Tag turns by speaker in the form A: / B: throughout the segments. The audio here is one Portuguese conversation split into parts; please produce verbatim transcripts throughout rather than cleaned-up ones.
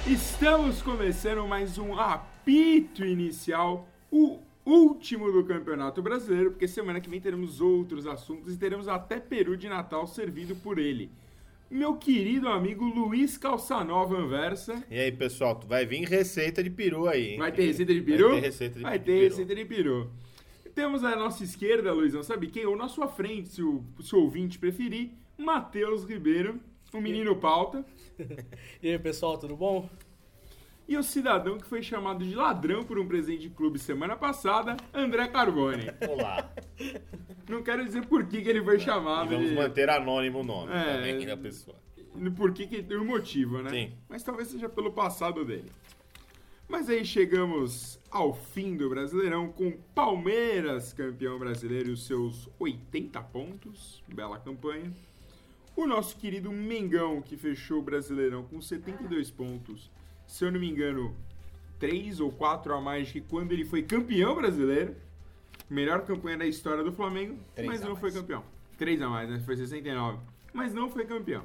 A: Estamos começando mais um apito inicial, o último do Campeonato Brasileiro, porque semana que vem teremos outros assuntos e teremos até peru de Natal servido por ele. Meu querido amigo Luiz Calçanova Anversa.
B: E aí, pessoal, tu vai vir receita de peru aí, hein?
A: Vai ter receita de peru?
B: Vai ter receita de,
A: vai
B: de
A: ter
B: peru.
A: receita de peru. Temos à nossa esquerda, Luizão, sabe quem? Ou na sua frente, se o, se o ouvinte preferir, Matheus Ribeiro, o menino pauta.
C: E aí, pessoal, tudo bom?
A: E o cidadão que foi chamado de ladrão por um presidente de clube semana passada, André Carboni.
B: Olá.
A: Não quero dizer por que, que ele foi chamado.
B: E vamos
A: de...
B: manter anônimo o nome
A: É,
B: também da pessoa.
A: Por que, que o motivo, né?
B: Sim.
A: Mas talvez seja pelo passado dele. Mas aí chegamos ao fim do Brasileirão com Palmeiras, campeão brasileiro, e os seus oitenta pontos. Bela campanha. O nosso querido Mengão, que fechou o Brasileirão com setenta e dois pontos. Se eu não me engano, três ou quatro a mais que quando ele foi campeão brasileiro. Melhor campanha da história do Flamengo, mas não foi campeão. três a mais, né? Foi sessenta e nove. Mas não foi campeão.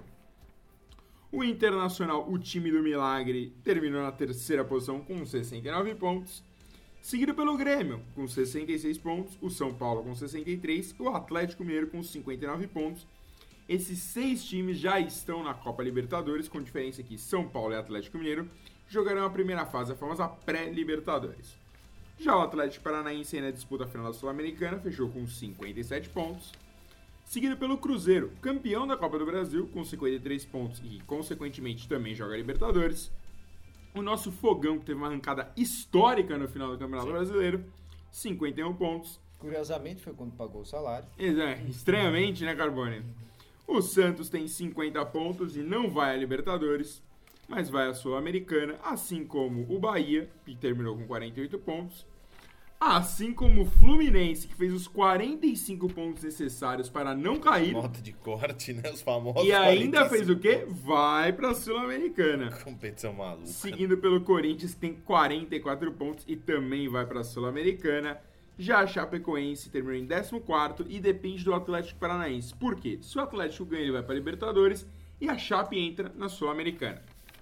A: O Internacional, o time do milagre, terminou na terceira posição com sessenta e nove pontos. Seguido pelo Grêmio, com sessenta e seis pontos. O São Paulo com sessenta e três. E o Atlético Mineiro com cinquenta e nove pontos. Esses seis times já estão na Copa Libertadores, com diferença que São Paulo e Atlético Mineiro jogarão a primeira fase, a famosa pré-Libertadores. Já o Atlético Paranaense ainda disputa a final da Sul-Americana, fechou com cinquenta e sete pontos. Seguido pelo Cruzeiro, campeão da Copa do Brasil, com cinquenta e três pontos e, consequentemente, também joga a Libertadores. O nosso Fogão, que teve uma arrancada histórica no final do Campeonato
B: Sim.
A: Brasileiro, cinquenta e um pontos.
D: Curiosamente, foi quando pagou o salário.
A: É, estranhamente, né, Carbone? O Santos tem cinquenta pontos e não vai à Libertadores, mas vai à Sul-Americana, assim como o Bahia, que terminou com quarenta e oito pontos, assim como o Fluminense, que fez os quarenta e cinco pontos necessários para não cair.
B: Nota de corte, né? Os famosos.
A: E ainda
B: quarenta e
A: fez
B: cinco
A: o quê?
B: pontos.
A: Vai para a Sul-Americana.
B: Competição maluca.
A: Seguindo pelo Corinthians, que tem quarenta e quatro pontos e também vai para a Sul-Americana. Já a Chapecoense terminou em décimo quarto e depende do Atlético Paranaense. Por quê? Se o Atlético ganha, ele vai para a Libertadores e a Chape entra na Sul-Americana.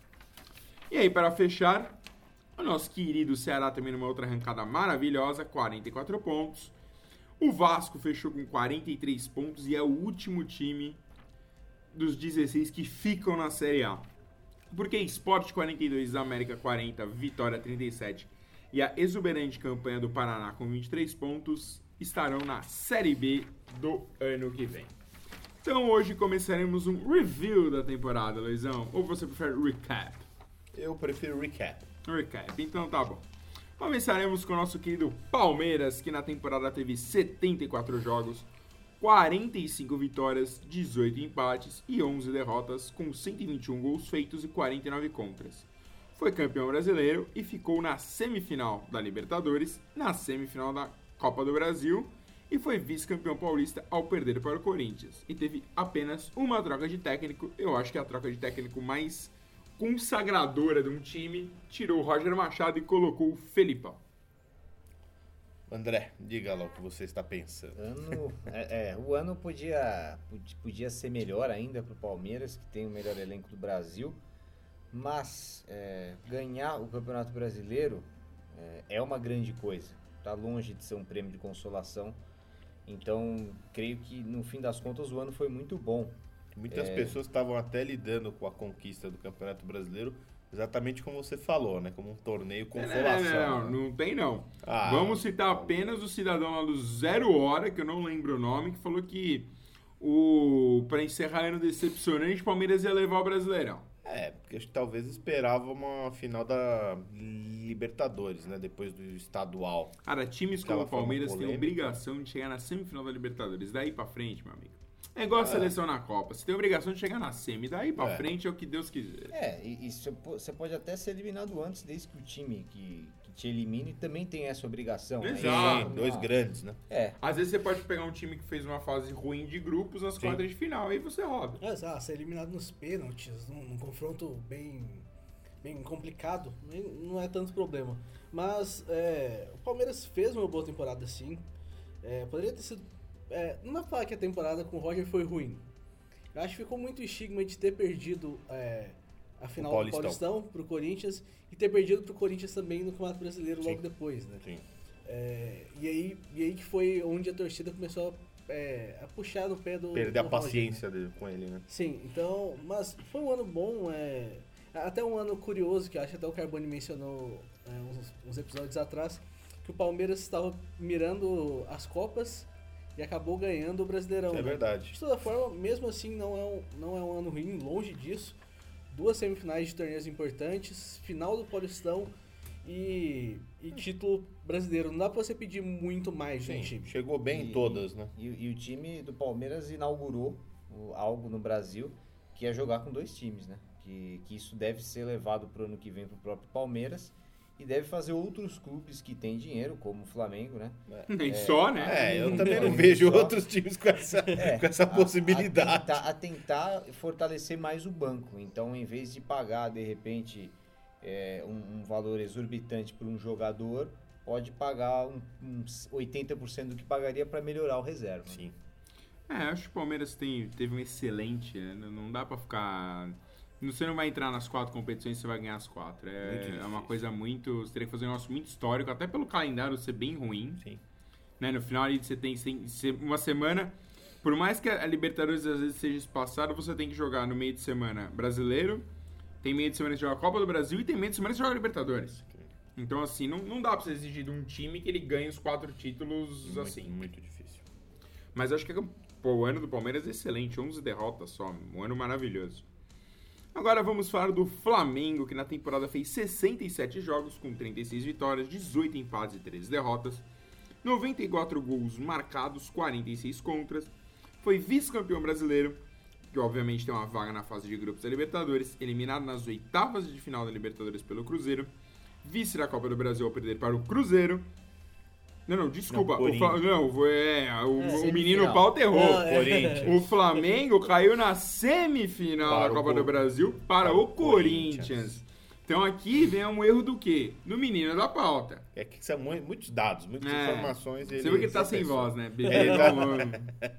A: E aí, para fechar, o nosso querido Ceará também numa outra arrancada maravilhosa, quarenta e quatro pontos. O Vasco fechou com quarenta e três pontos e é o último time dos dezesseis que ficam na Série A. Porque Sport quarenta e dois, América quarenta, Vitória trinta e sete e a exuberante campanha do Paraná com vinte e três pontos estarão na Série B do ano que vem. Então hoje começaremos um review da temporada, Luizão. Ou você prefere recap?
B: Eu prefiro recap.
A: Recap, então tá bom. Começaremos com o nosso querido Palmeiras, que na temporada teve setenta e quatro jogos, quarenta e cinco vitórias, dezoito empates e onze derrotas, com cento e vinte e um gols feitos e quarenta e nove contras. Foi campeão brasileiro e ficou na semifinal da Libertadores, na semifinal da Copa do Brasil e foi vice-campeão paulista ao perder para o Corinthians. E teve apenas uma troca de técnico, eu acho que é a troca de técnico mais consagradora de um time, tirou o Roger Machado e colocou o Felipão.
B: André, diga lá o que você está pensando.
D: Ano, é, é, o ano podia, podia ser melhor ainda para o Palmeiras, que tem o melhor elenco do Brasil, mas é, ganhar o Campeonato Brasileiro é, é uma grande coisa. Está longe de ser um prêmio de consolação, então creio que no fim das contas o ano foi muito bom.
B: Muitas
D: É.
B: pessoas estavam até lidando com a conquista do Campeonato Brasileiro exatamente como você falou, né? Como um torneio consolação.
A: Não, não,
B: né?
A: não tem não.
B: Ah,
A: Vamos citar apenas o cidadão lá do Zero Hora, que eu não lembro o nome, que falou que o para encerrar ano decepcionante, o Palmeiras ia levar o Brasileirão.
B: É, porque acho que talvez esperava uma final da Libertadores, né? Depois do estadual.
A: Cara, times
B: Aquela
A: como o Palmeiras
B: forma
A: têm
B: polêmica.
A: obrigação de chegar na semifinal da Libertadores. Daí pra frente, meu amigo. É igual a
B: É.
A: seleção na Copa. Você tem obrigação de chegar na semi. Daí pra
B: É.
A: frente é o que Deus quiser.
D: É, e, e você po- você pode até ser eliminado antes, desde que o time que, que te elimine também tem essa obrigação. Aí,
A: Exato.
B: Sim, dois
D: uma-
B: grandes, né?
D: É,
A: Às vezes você pode pegar um time que fez uma fase ruim de grupos nas
B: Sim.
A: quartas de final. Aí você roda.
C: É, ah, ser eliminado nos pênaltis, num, num confronto bem, bem complicado, nem- não é tanto problema. Mas é, o Palmeiras fez uma boa temporada sim. É, poderia ter sido. É, não dá pra falar que a temporada com o Roger foi ruim. Eu acho que ficou muito estigma de ter perdido é, a final
B: O
C: do
B: Paulistão.
C: Paulistão pro Corinthians e ter perdido pro Corinthians também no Campeonato Brasileiro logo
B: Sim.
C: depois, né?
B: Sim.
C: É, e, aí, e aí que foi onde a torcida começou a, é, a puxar no pé do
B: Perder a
C: do Roger,
B: paciência dele, com ele, né?
C: Sim, então, mas foi um ano bom, é, até um ano curioso, que eu acho que até o Carbone mencionou é, uns, uns episódios atrás, que o Palmeiras estava mirando as Copas e acabou ganhando o Brasileirão.
B: É
C: né?
B: verdade.
C: De toda forma, mesmo assim, não é um, não é um ano ruim, longe disso. Duas semifinais de torneios importantes, final do Paulistão e, e título brasileiro. Não dá pra você pedir muito mais de um
B: Sim,
C: time.
B: chegou bem
D: E-
B: em todas, né?
D: E, e o time do Palmeiras inaugurou o- algo no Brasil que é jogar com dois times, né? Que, que isso deve ser levado pro ano que vem pro próprio Palmeiras e deve fazer outros clubes que têm dinheiro, como o Flamengo, né?
A: Nem só, né?
B: É, eu também não
D: Só-
B: vejo outros times com essa,
D: É,
B: com essa
D: a-
B: possibilidade.
D: A, tentar, a tentar fortalecer mais o banco. Então, em vez de pagar, de repente, é, um, um valor exorbitante por um jogador, pode pagar um, uns oitenta por cento do que pagaria para melhorar o reserva.
B: Sim.
A: É, acho que o Palmeiras tem, teve um excelente, né? Não- Não dá pra ficar... Você não vai entrar nas quatro competições, você vai ganhar as quatro.
B: Muito
A: É,
B: difícil.
A: é uma coisa muito... Você teria que fazer um negócio muito histórico, até pelo calendário ser bem ruim.
B: Sim.
A: Né? No final ali você tem, tem se- uma semana... Por mais que a Libertadores às vezes seja espaçada, você tem que jogar no meio de semana brasileiro, tem meio de semana que joga a Copa do Brasil e tem meio de semana que joga a Libertadores. Então, assim, não, não dá pra você exigir de um time que ele ganhe os quatro títulos
B: Muito,
A: assim.
B: muito difícil.
A: Mas acho que pô, o ano do Palmeiras é excelente, onze derrotas só, um ano maravilhoso. Agora vamos falar do Flamengo, que na temporada fez sessenta e sete jogos com trinta e seis vitórias, dezoito empates e treze derrotas, noventa e quatro gols marcados, quarenta e seis contras, foi vice-campeão brasileiro, que obviamente tem uma vaga na fase de grupos da Libertadores, eliminado nas oitavas de final da Libertadores pelo Cruzeiro, vice da Copa do Brasil ao perder para o Cruzeiro. Não, não, desculpa.
B: Não,
A: o Fla- não, foi- é, o,
C: É,
A: o menino
D: semifinal.
A: pau errou.
C: Não, é.
B: Corinthians.
A: O Flamengo caiu na semifinal
B: Para
A: da
B: o
A: Copa do
B: Cor-
A: Brasil para
B: para
A: o
B: o
A: Corinthians.
B: Corinthians.
A: Então aqui vem um erro do quê? No menino da pauta.
B: É que são mu- muitos dados, muitas
A: É.
B: informações.
A: Você viu que ele tá sem
B: pensou.
A: voz, né?
B: É,
A: Bebê
B: ele tá-
A: ao longo.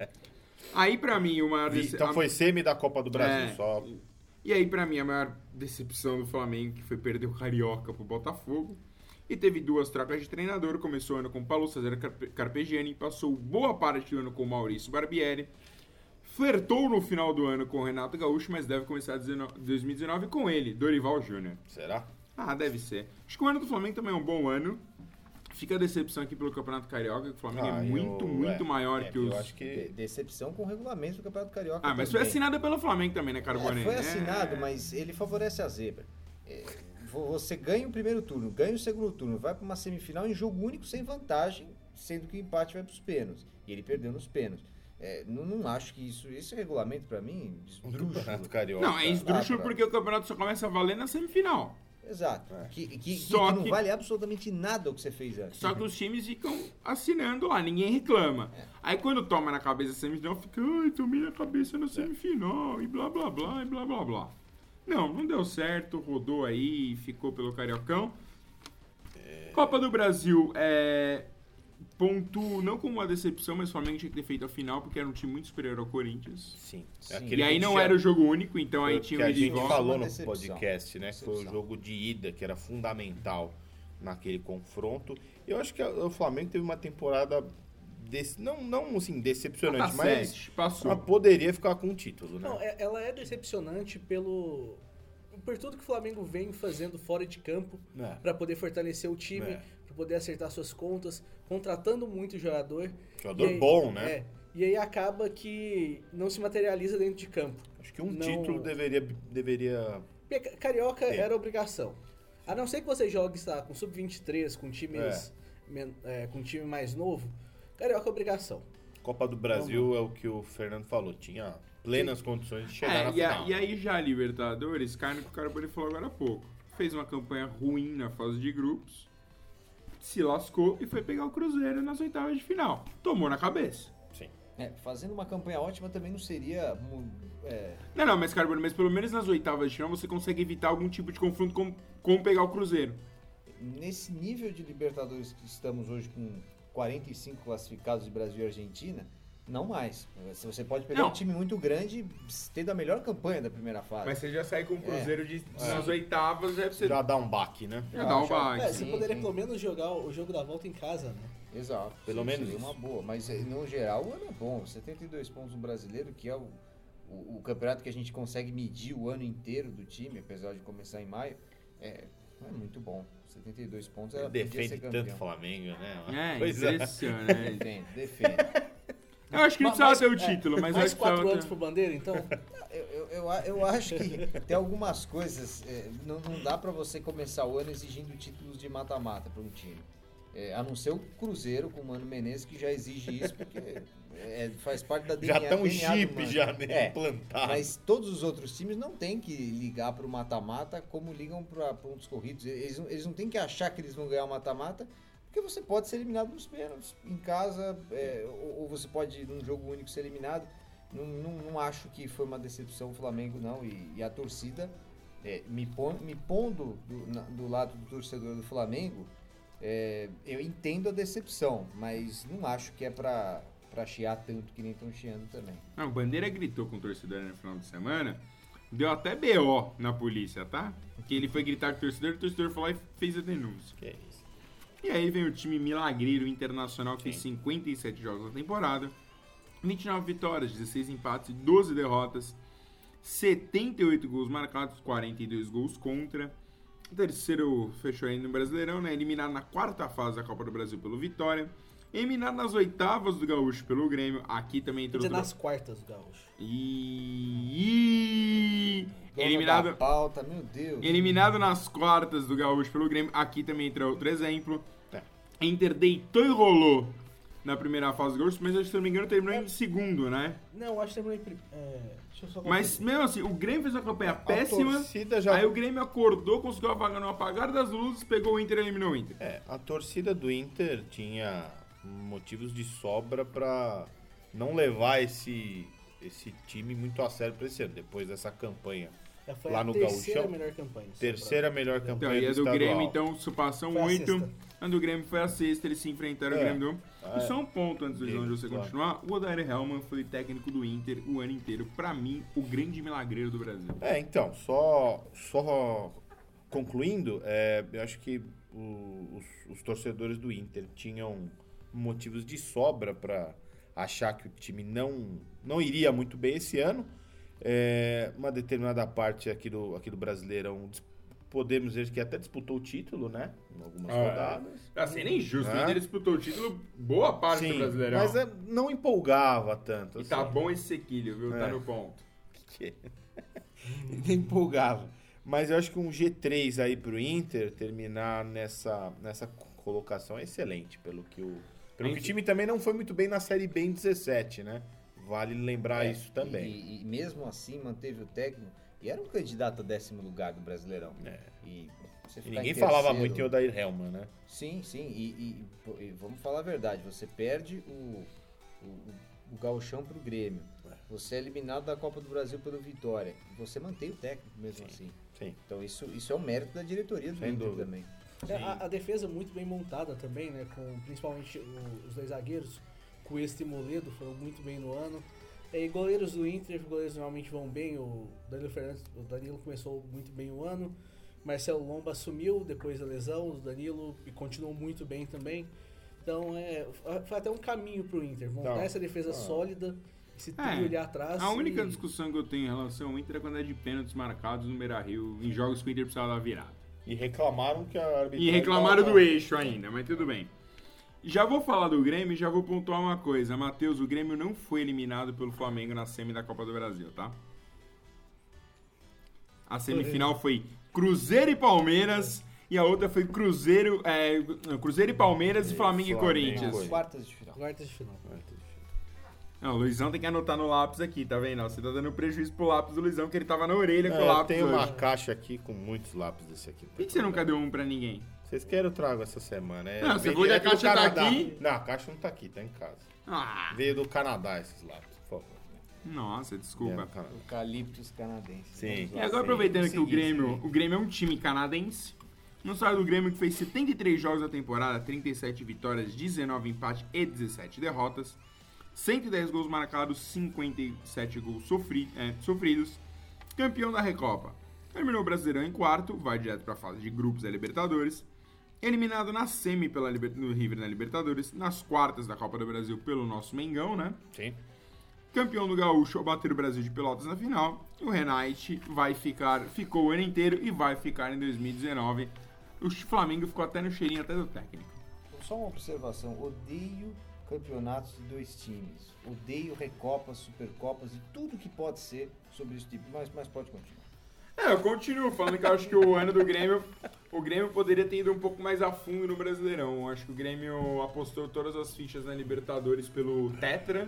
A: Aí pra mim o maior...
B: Vi-
A: dece-
B: Então
A: a-
B: foi semi da Copa do Brasil
A: É.
B: só.
A: E aí, pra mim, a maior decepção do Flamengo, que foi perder o Carioca pro Botafogo. E teve duas trocas de treinador. Começou o ano com Paulo César Carpe- Carpegiani, passou boa parte do ano com Maurício Barbieri. Flertou no final do ano com o Renato Gaúcho, mas deve começar dois mil e dezenove com ele, Dorival Júnior.
B: Será?
A: Ah, deve ser. Acho que o ano do Flamengo também é um bom ano. Fica a decepção aqui pelo Campeonato Carioca, que o Flamengo
B: Ah,
A: é muito,
B: eu-
A: muito
B: é,
A: maior
B: é,
A: que
B: eu
A: os...
B: acho que-
D: De- decepção com o regulamento do Campeonato Carioca.
A: Ah, mas foi
D: também.
A: assinado pelo Flamengo também, né, Carbone?
D: É, foi assinado,
A: É.
D: mas ele favorece a zebra. É, vo- você ganha o primeiro turno, ganha o segundo turno, vai para uma semifinal em jogo único sem vantagem, sendo que o empate vai para os pênaltis. E ele perdeu nos pênaltis. É, não, não acho que isso... Esse regulamento, para mim,
B: O
D: esdrúxulo.
B: Campeonato Carioca.
A: Não, é esdrúxulo
D: Ah,
A: porque o campeonato só começa a valer na semifinal.
D: Exato.
B: É.
D: Que, que, que-
A: Só
D: que não
A: que-
D: vale absolutamente nada o que você fez antes.
A: Só que os times ficam assinando lá, ninguém reclama. Aí quando toma na cabeça a semifinal, fica, ai, tomei na cabeça na semifinal, e blá blá blá, e blá blá blá. Não, não deu certo, rodou aí, ficou pelo Cariocão. Copa do Brasil, é... ponto, não como uma decepção, mas o Flamengo tinha que ter feito a final, porque era um time muito superior ao Corinthians.
B: Sim.
D: Sim.
B: Aquele
A: E aí
B: que
A: não
B: tinha-
A: era o jogo único, então aí
B: Foi o
A: tinha
B: que
A: o
B: a
A: ida e
B: gente
A: volta.
B: falou no
D: Decepção.
B: podcast, né? Que foi o
D: Decepção.
B: jogo de ida, que era fundamental naquele confronto. Eu acho que a- o Flamengo teve uma temporada desse, não, não assim, decepcionante,
A: Nota
B: mas
A: sete, passou.
B: ela poderia ficar com o título, né?
C: Não, é- ela é decepcionante pelo por tudo que o Flamengo vem fazendo fora de campo
B: É.
C: para poder fortalecer o time,
B: É.
C: para poder acertar suas contas, contratando muito jogador.
B: Jogador
C: E aí-
B: bom, né?
C: É, e aí acaba que não se materializa dentro de campo.
B: Acho que um
C: Não-
B: título deveria, deveria
C: Porque ca- Carioca
B: É.
C: era obrigação. A não ser que você jogue sabe, com sub vinte e três, com times men- é, com time mais novo, Carioca é obrigação.
B: Copa do Brasil é o que o Fernando falou, tinha plenas condições de chegar
A: É,
B: na
A: e, a-
B: final.
A: e aí já a Libertadores, cai no que o Carbone falou agora há pouco. Fez uma campanha ruim na fase de grupos, se lascou e foi pegar o Cruzeiro nas oitavas de final. Tomou na cabeça.
B: Sim.
D: É, fazendo uma campanha ótima também não seria... mu- é,
A: Não, não, mas Carbone, mas pelo menos nas oitavas de final você consegue evitar algum tipo de confronto com, com pegar o Cruzeiro.
D: nesse nível de Libertadores que estamos hoje com quarenta e cinco classificados de Brasil e Argentina, Não mais. Você pode pegar
A: Não.
D: um time muito grande tendo a melhor campanha da primeira fase.
A: Mas você já sai com o Cruzeiro de,
B: É.
A: nas oitavas, já você
B: Já dá um baque, né?
A: já dá um
D: acho-
A: baque.
C: É, você
D: sim,
C: poderia
D: sim.
C: pelo menos jogar o jogo da volta em casa, né?
D: Exato.
B: Pelo
D: Sim,
B: menos
D: seria
B: isso.
D: uma boa. Mas eh, no geral o ano é bom. setenta e dois pontos no Brasileiro, que é o, o, o campeonato que a gente consegue medir o ano inteiro do time, apesar de começar em maio, é, é muito bom. setenta e dois pontos
B: Ele
D: era podia
B: defende
D: ser
B: tanto
D: campeão.
B: o Flamengo, né?
A: É,
B: Pois é.
A: impressionante.
D: Defende, defende.
A: Eu acho que não
C: Ma-
A: precisava
C: mais-
A: ter o
C: é,
A: título, mas eu
C: Mais
A: acho que
C: quatro
A: precisava
C: anos
A: ter...
C: pro Bandeira, então?
D: Eu, eu, eu, a- eu acho que tem algumas coisas, é, não, não dá pra você começar o ano exigindo títulos de mata-mata para um time. É, a não ser o Cruzeiro com o Mano Menezes, que já exige isso, porque é, faz parte da D N A.
B: Já tá um
D: D N A do
B: chip
D: Mano.
B: já né,
D: É,
B: implantado.
D: Mas todos os outros times não têm que ligar para o mata-mata como ligam para pontos corridos. Eles, não- eles não têm que achar que eles vão ganhar o mata-mata, porque você pode ser eliminado nos pênaltis em casa, é, ou, ou você pode, num jogo único, ser eliminado. Não, não, não acho que foi uma decepção o Flamengo, não. E, e a torcida, é, me, pon, me pondo do, na- do lado do torcedor do Flamengo, é, eu entendo a decepção, mas não acho que é para para chiar tanto que nem estão chiando também.
A: Não, o Bandeira gritou com o torcedor no final de semana. Deu até B O na polícia, tá? Que ele foi gritar com o torcedor, o torcedor foi lá e fez a denúncia.
B: Que é isso.
A: E aí vem o time milagreiro internacional que fez
B: Sim.
A: cinquenta e sete jogos na temporada, vinte e nove vitórias, dezesseis empates e doze derrotas, setenta e oito gols marcados, quarenta e dois gols contra. O terceiro fechou ainda no Brasileirão, né? Eliminado na quarta fase da Copa do Brasil pelo Vitória. Eliminado nas oitavas do Gaúcho pelo Grêmio. Aqui também
C: Quer
A: entrou...
C: dizer,
A: outro-
C: nas quartas do Gaúcho.
A: E...
D: Dono
A: Eliminado...
D: da pauta, meu Deus.
A: Eliminado nas quartas do Gaúcho pelo Grêmio. Aqui também entra outro exemplo.
B: É.
A: Inter deitou e rolou na primeira fase do Gaúcho, mas se eu não me engano terminou em segundo, né?
C: Não, acho que terminou em... prim- É, deixa eu só
A: Mas
C: conferir.
A: mesmo assim, o Grêmio fez uma campanha
B: A
A: péssima.
B: torcida já...
A: Aí o Grêmio acordou, conseguiu apagar no apagar das luzes, pegou o Inter e eliminou o Inter.
B: É, a torcida do Inter tinha motivos de sobra pra não levar esse, esse time muito a sério pra esse ano, depois dessa campanha.
C: Já foi
B: lá
C: a
B: no
C: terceira
B: Gauchão.
C: melhor campanha. só
B: Terceira melhor
A: Então,
B: campanha
A: e a
B: do
A: do
B: estadual.
A: Grêmio, então, passam
C: Foi a
A: oito.
C: sexta.
A: A do Grêmio foi a sexta, eles se enfrentaram
B: É.
A: o Grêmio do...
B: Ah,
A: E
B: é.
A: só um ponto antes do
B: Grêmio,
A: de você
B: claro.
A: continuar. O Odair Hellmann foi técnico do Inter o ano inteiro. Pra mim, o grande milagreiro do Brasil.
B: É, então, só, só concluindo, é, eu acho que o- os, os torcedores do Inter tinham motivos de sobra para achar que o time não, não iria muito bem esse ano. É, uma determinada parte aqui do, aqui do Brasileirão, dis- podemos dizer que até disputou o título, né? Em algumas
A: Ah,
B: rodadas.
A: Tá sendo injusto. O
B: É.
A: Inter disputou o título boa parte do
B: Sim,
A: Brasileirão.
B: mas é, não empolgava tanto.
A: E tá
B: assim.
A: bom esse sequilho, viu? Tá
B: É.
A: no ponto.
B: Que- Nem empolgava. Mas eu acho que um G três aí pro Inter terminar nessa, nessa colocação é excelente, pelo que o. Pelo que o time também não foi muito bem na Série B em dezessete, né? Vale lembrar
D: É,
B: isso também.
D: E, e mesmo assim manteve o técnico e era um candidato a décimo lugar do Brasileirão.
B: É.
D: E, você
B: E
D: ficar em
B: ninguém falava
D: terceiro-
B: muito em Odair Hellmann, né?
D: Sim, sim. E, e- pô, e vamos falar a verdade, você perde o, o, o gauchão pro Grêmio. Você é eliminado da Copa do Brasil pelo Vitória. E você mantém o técnico mesmo assim.
B: Sim.
D: Então isso, isso é um mérito da diretoria do
B: Sem
D: Inter
B: dúvida.
D: também.
C: É, a, a defesa muito bem montada também, né? Com principalmente o- os dois zagueiros, Cuesta e Moledo, foram muito bem no ano. E goleiros do Inter, os goleiros normalmente vão bem. O Danilo Fernandes, o Danilo começou muito bem o ano. Marcelo Lomba assumiu depois da lesão, o Danilo e continuou muito bem também. Então é, foi até um caminho pro Inter, montar
B: Não.
C: essa defesa
B: Ah.
C: sólida, esse
A: É,
C: trio ali atrás.
A: A única
C: e-
A: discussão que eu tenho em relação ao Inter é quando é de pênaltis marcados no Beira-Rio, em jogos que o Inter precisava dar virada.
B: E reclamaram que a arbitragem.
A: E reclamaram
B: tava-
A: do eixo ainda, mas tudo bem. Já vou falar do Grêmio e já vou pontuar uma coisa. Matheus, o Grêmio não foi eliminado pelo Flamengo na semi da Copa do Brasil, tá? A semifinal foi Cruzeiro e Palmeiras e a outra foi Cruzeiro, é, Cruzeiro e Palmeiras e Flamengo e
B: Flamengo.
A: Corinthians.
B: Foi.
D: Quartas de final.
C: Quartas de final.
A: Não, o Luizão tem que anotar no lápis aqui, tá vendo? Você tá dando prejuízo pro lápis do Luizão, que ele tava na orelha com o
B: É,
A: lápis
B: tem uma
A: hoje.
B: caixa aqui com muitos lápis desse aqui.
A: Por que que você nunca deu um pra ninguém?
B: Vocês querem eu trago essa semana? É,
A: Não, você
B: veio
A: falou que a
B: direto do
A: caixa tá
B: Canadá.
A: aqui.
B: Não, a caixa não tá aqui, tá em casa.
A: Ah,
B: Veio do Canadá esses lápis, por favor.
A: nossa,
B: Veio
A: desculpa.
B: do Canadá.
D: Eucaliptus canadense.
B: Sim.
D: Vamos
A: E
D: lá.
A: agora
B: Sim,
A: aproveitando que o
B: sim,
A: Grêmio,
B: sim.
A: o Grêmio é um time canadense. No salário do Grêmio que fez setenta e três jogos da temporada, trinta e sete vitórias, dezenove empates e dezessete derrotas. cento e dez gols marcados, cinquenta e sete gols sofri, é, sofridos. Campeão da Recopa. Terminou o Brasileirão em quarto, vai direto para a fase de grupos da Libertadores. Eliminado na semi pela Liber... no River na Libertadores, nas quartas da Copa do Brasil pelo nosso Mengão, né?
B: Sim.
A: Campeão do Gaúcho ao bater o Brasil de Pelotas na final. O Renate vai ficar, ficou o ano inteiro e vai ficar em dois mil e dezenove. O Flamengo ficou até no cheirinho até do técnico.
D: Só uma observação, odeio campeonatos de dois times. Odeio Recopas, Supercopas e tudo que pode ser sobre esse tipo, mas, mas pode continuar.
A: É, eu continuo falando que eu acho que o ano do Grêmio, o Grêmio poderia ter ido um pouco mais a fundo no Brasileirão. Eu acho que o Grêmio apostou todas as fichas na Libertadores pelo Tetra.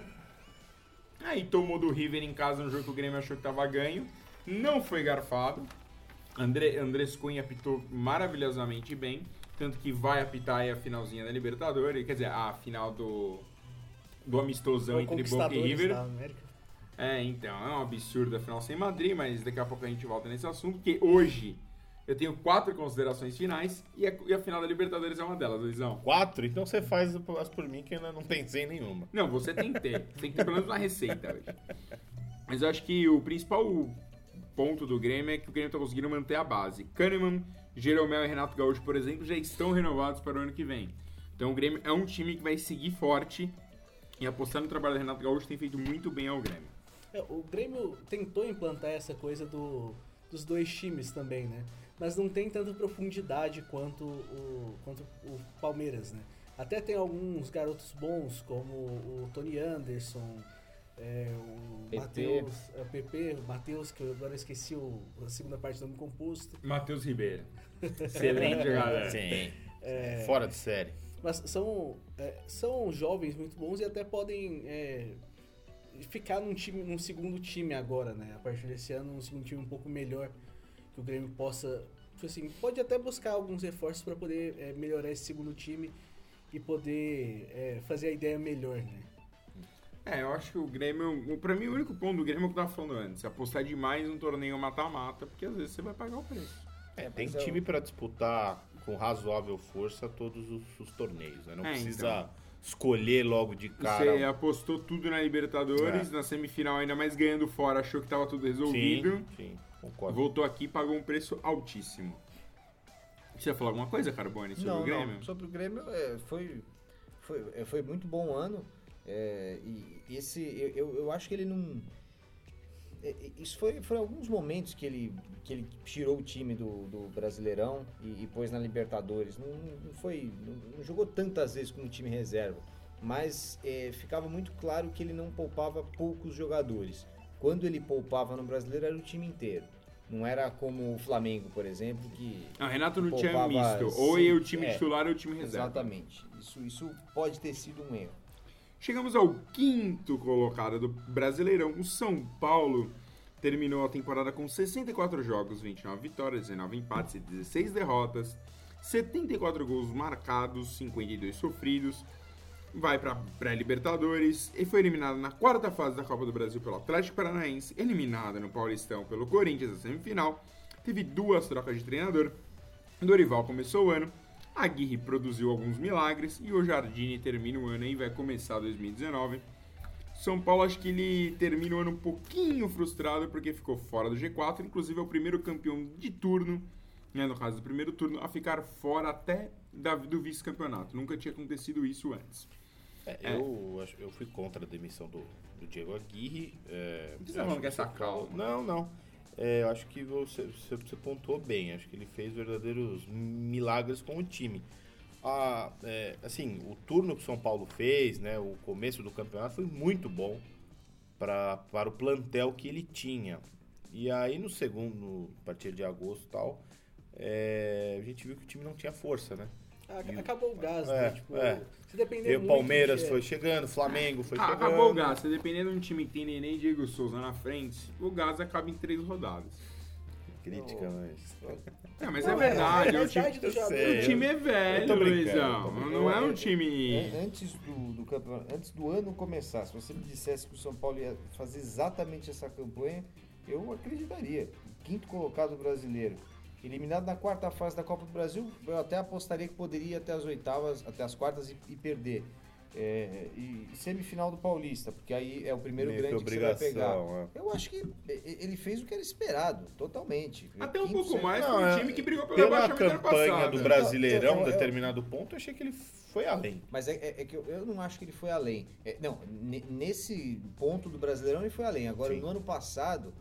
A: Aí tomou do River em casa no jogo que o Grêmio achou que tava ganho. Não foi garfado. André, Andrés Cunha apitou maravilhosamente bem. Tanto que vai apitar aí a finalzinha da Libertadores. Quer dizer, a final do, do amistosão entre Boca e River.
C: Da América.
A: É, então, é um absurdo a final sem Madrid, mas daqui a pouco a gente volta nesse assunto, porque hoje eu tenho quatro considerações finais e a, e a final da Libertadores é uma delas, Luizão.
B: Quatro? Então você faz as por mim que eu ainda não pensei em nenhuma.
A: Não, você tem que ter. Você tem que ter pelo menos uma receita hoje. Mas eu acho que o principal ponto do Grêmio é que o Grêmio tá conseguindo manter a base. Kahneman, Jeromel e Renato Gaúcho, por exemplo, já estão renovados para o ano que vem. Então o Grêmio é um time que vai seguir forte e apostar no trabalho do Renato Gaúcho tem feito muito bem ao Grêmio.
C: É, o Grêmio tentou implantar essa coisa do, dos dois times também, né? Mas não tem tanta profundidade quanto o, quanto o Palmeiras, né? Até tem alguns garotos bons, como o Tony Anderson, é, o Matheus, é, o P P, o Matheus, que eu agora esqueci o, a segunda parte do nome composto.
A: Matheus Ribeiro. Excelente jogador.
B: Sim. É, fora de série.
C: Mas são, é, são jovens muito bons e até podem... É, ficar num time, num segundo time agora, né? A partir desse ano, um segundo time um pouco melhor que o Grêmio possa, assim, pode até buscar alguns reforços para poder é, melhorar esse segundo time e poder é, fazer a ideia melhor, né?
A: É, eu acho que o Grêmio, pra mim o único ponto do Grêmio é o que eu tava falando antes, apostar demais num torneio mata-mata, porque às vezes você vai pagar o preço.
B: É, tem time para disputar com razoável força todos os, os torneios, né? Não
A: é,
B: precisa
A: então.
B: escolher logo de cara.
A: Você apostou tudo na Libertadores, é. na semifinal ainda mais ganhando fora, achou que tava tudo resolvido.
B: Sim, sim, concordo.
A: Voltou aqui e pagou um preço altíssimo. Você ia falar alguma coisa, Carbone, sobre
D: não,
A: o Grêmio?
D: Não, sobre o Grêmio é, foi, foi, foi muito bom ano. É, e esse, eu, eu, eu acho que ele não... É, isso foi, foi alguns momentos que ele, que ele tirou o time do, do Brasileirão e, e pôs na Libertadores. Não, não, foi, não, não jogou tantas vezes com o time reserva, mas é, ficava muito claro que ele não poupava poucos jogadores. Quando ele poupava no Brasileiro era o time inteiro. Não era como o Flamengo, por exemplo, que...
A: Ah, Renato não tinha misto. Ou é o time
D: é,
A: titular ou o time reserva.
D: Exatamente. Isso, isso pode ter sido um erro.
A: Chegamos ao quinto colocado do Brasileirão. O São Paulo terminou a temporada com sessenta e quatro jogos, vinte e nove vitórias, dezenove empates e dezesseis derrotas, setenta e quatro gols marcados, cinquenta e dois sofridos. Vai para pré-Libertadores e foi eliminado na quarta fase da Copa do Brasil pelo Atlético Paranaense, eliminado no Paulistão pelo Corinthians na semifinal. Teve duas trocas de treinador. Dorival começou o ano, Aguirre produziu alguns milagres e o Jardine termina o ano e vai começar dois mil e dezenove. São Paulo, acho que ele termina o ano um pouquinho frustrado porque ficou fora do G quatro, inclusive é o primeiro campeão de turno, né, no caso do primeiro turno, a ficar fora até da, do vice-campeonato. Nunca tinha acontecido isso antes.
B: É, é. Eu, eu fui contra a demissão do, do Diego Aguirre. É,
A: você tá falando que essa calma?
B: Não, não. É, eu acho que você, você, você pontuou bem. Acho que ele fez verdadeiros milagres com o time. Ah, é, assim, o turno que o São Paulo fez, né, o começo do campeonato foi muito bom pra, para o plantel que ele tinha. E aí no segundo, a partir de agosto e tal, é, a gente viu que o time não tinha força, né?
C: Acabou o gás,
B: é,
C: né? Tipo,
B: é.
C: se depender
B: e o
C: muito
B: Palmeiras
C: de...
B: foi chegando, Flamengo foi
A: ah,
B: chegando.
A: Acabou o gás. Se dependendo de um time que tem Nenê e Diego Souza na frente, o gás acaba em três rodadas.
B: Crítica, mas...
A: É, mas
C: não,
A: é verdade.
C: É, é
A: o, time,
C: do jogador.
A: o time é velho, Luizão. Não é um time...
D: Antes do, do campeonato, antes do ano começar, se você me dissesse que o São Paulo ia fazer exatamente essa campanha, eu acreditaria. Quinto colocado brasileiro, eliminado na quarta fase da Copa do Brasil, eu até apostaria que poderia ir até as oitavas, até as quartas e, e perder. É, e semifinal do Paulista, porque aí é o primeiro
B: Meio
D: grande
B: que
D: que você vai pegar.
B: obrigação, é.
D: Eu acho que ele fez o que era esperado, totalmente.
A: Até um
D: Quinto,
A: pouco
D: sexto-
A: mais
B: Não,
A: que o
B: é,
A: time que brigou pelo
B: Pela
A: rebaixamento ano
B: campanha
A: passado.
B: do Brasileirão,
D: Eu- eu- eu-
B: determinado ponto, eu achei que ele foi além.
D: Mas é, é- é que eu, eu não acho que ele foi além. É, não, ne- nesse ponto do Brasileirão ele foi além. Agora,
B: Sim.
D: no ano passado,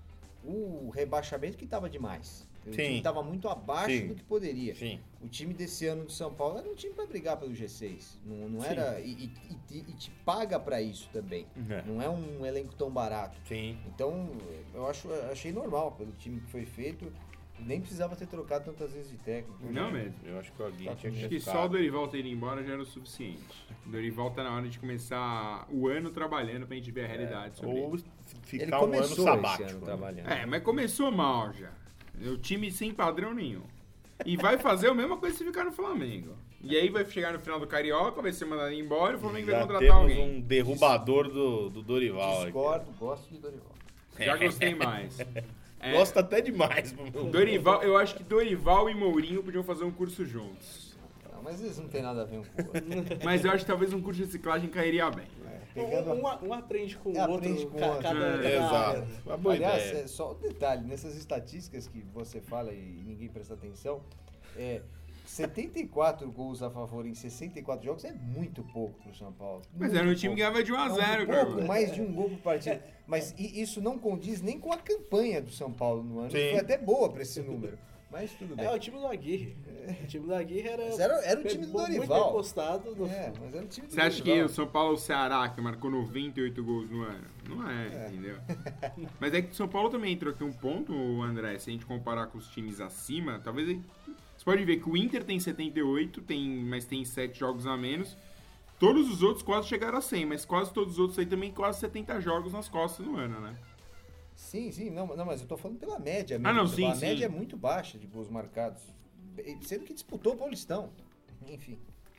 D: o rebaixamento que estava demais. O
B: Sim.
D: time estava muito abaixo
B: Sim.
D: do que poderia.
B: Sim.
D: O time desse ano do São Paulo era um time para brigar pelo G seis. Não, não
B: Sim.
D: era. E, e- e te- e te paga para isso também.
B: É.
D: Não é um elenco tão barato.
B: Sim.
D: Então, eu acho, achei normal pelo time que foi feito. Nem precisava ter trocado tantas vezes de técnico.
A: Não mesmo.
B: Eu acho que o Aguirre
D: Tá
B: tinha que
A: Acho
B: ter
A: que só o
B: ficado.
A: Dorival ter ido embora já era o suficiente. O Dorival tá na hora de começar o ano trabalhando pra gente ver a realidade sobre
B: Ou
A: ele.
B: ficar
D: Ele
B: um
D: começou
B: ano
D: esse
B: sabático.
D: ano
B: né?
D: trabalhando.
A: É, mas começou mal já. O time sem padrão nenhum. E vai fazer a mesma coisa se ficar no Flamengo. E aí vai chegar no final do Carioca, vai ser mandado embora e o Flamengo vai
B: Já
A: contratar
B: temos
A: alguém.
B: um derrubador do, do Dorival. aqui.
D: Discordo, gosto de Dorival.
A: Já gostei mais. É,
B: Gosta até demais. pro meu-
A: Dorival, eu acho que Dorival e Mourinho podiam fazer um curso juntos.
D: Não, mas eles não tem nada a ver um com o outro.
A: Mas eu acho que talvez um curso de reciclagem cairia bem.
D: Pegando
C: Um, um, um aprende com o
D: É,
C: outro,
D: aprende com o
C: ca-
D: outro.
C: cada, cada
A: É,
C: área.
B: Exato. Uma boa
D: Aliás,
B: ideia.
D: é só um detalhe, nessas estatísticas que você fala e ninguém presta atenção, é, setenta e quatro gols a favor em sessenta e quatro jogos é muito pouco pro São Paulo.
A: Mas
D: Muito
A: era um time
D: pouco.
A: que ganhava de um a
D: É um
A: zero,
D: pouco,
A: cara.
D: mais de um gol por partida. Mas i- isso não condiz nem com a campanha do São Paulo no ano.
B: Sim.
D: Foi até boa pra esse número. Mas tudo bem.
C: É o time do Aguirre. O time do Aguirre era,
D: Mas era, era o time do
C: muito bem
D: Dorival.
C: postado. No...
D: É, mas era o time do
A: Você acha que
D: Dorival.
A: o São Paulo é o Ceará, que marcou noventa e oito gols no ano? Não é, entendeu? Mas é que o São Paulo também entrou aqui um ponto, André, se a gente comparar com os times acima, talvez... ele- Você pode ver que o Inter tem setenta e oito, tem, mas tem sete jogos a menos. Todos os outros quase chegaram a cem, mas quase todos os outros aí também quase setenta jogos nas costas no ano, né?
D: Sim, sim, não, não, mas eu tô falando pela média mesmo.
A: Ah, não,
D: Você
A: sim,
D: fala, a
A: sim.
D: média é muito baixa de gols marcados. Sendo que disputou o Paulistão. Enfim.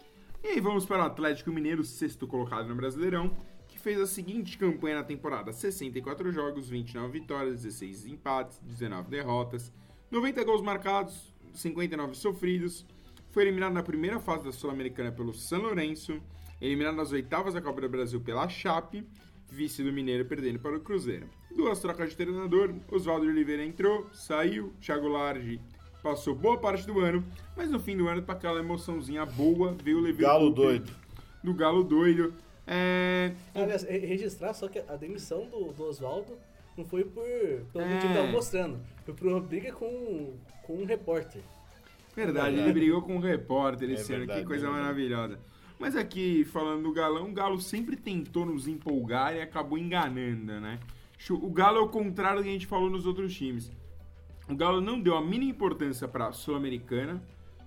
A: E aí vamos para o Atlético Mineiro, sexto colocado no Brasileirão, que fez a seguinte campanha na temporada: sessenta e quatro jogos, vinte e nove vitórias, dezesseis empates, dezenove derrotas, noventa gols marcados, cinquenta e nove sofridos. Foi eliminado na primeira fase da Sul-Americana pelo São Lourenço, eliminado nas oitavas da Copa do Brasil pela Chape, vice do Mineiro perdendo para o Cruzeiro. Duas trocas de treinador, Oswaldo de Oliveira entrou, saiu, Thiago Large passou boa parte do ano, mas no fim do ano, para aquela emoçãozinha boa, veio o Leverkusen.
B: Galo doido.
A: Do Galo doido. É...
C: Aliás, re- registrar só que a demissão do, do Oswaldo não foi por pelo
A: É.
C: motivo que tava mostrando. Foi por uma briga com, com um repórter.
A: Verdade,
B: Verdade.
A: ele brigou com o repórter
B: É
A: esse ano,
B: verdade,
A: que coisa
B: é verdade.
A: maravilhosa. Mas aqui, falando do Galão, o Galo sempre tentou nos empolgar e acabou enganando, né? O Galo é o contrário do que a gente falou nos outros times. O Galo não deu a mínima importância para a Sul-Americana.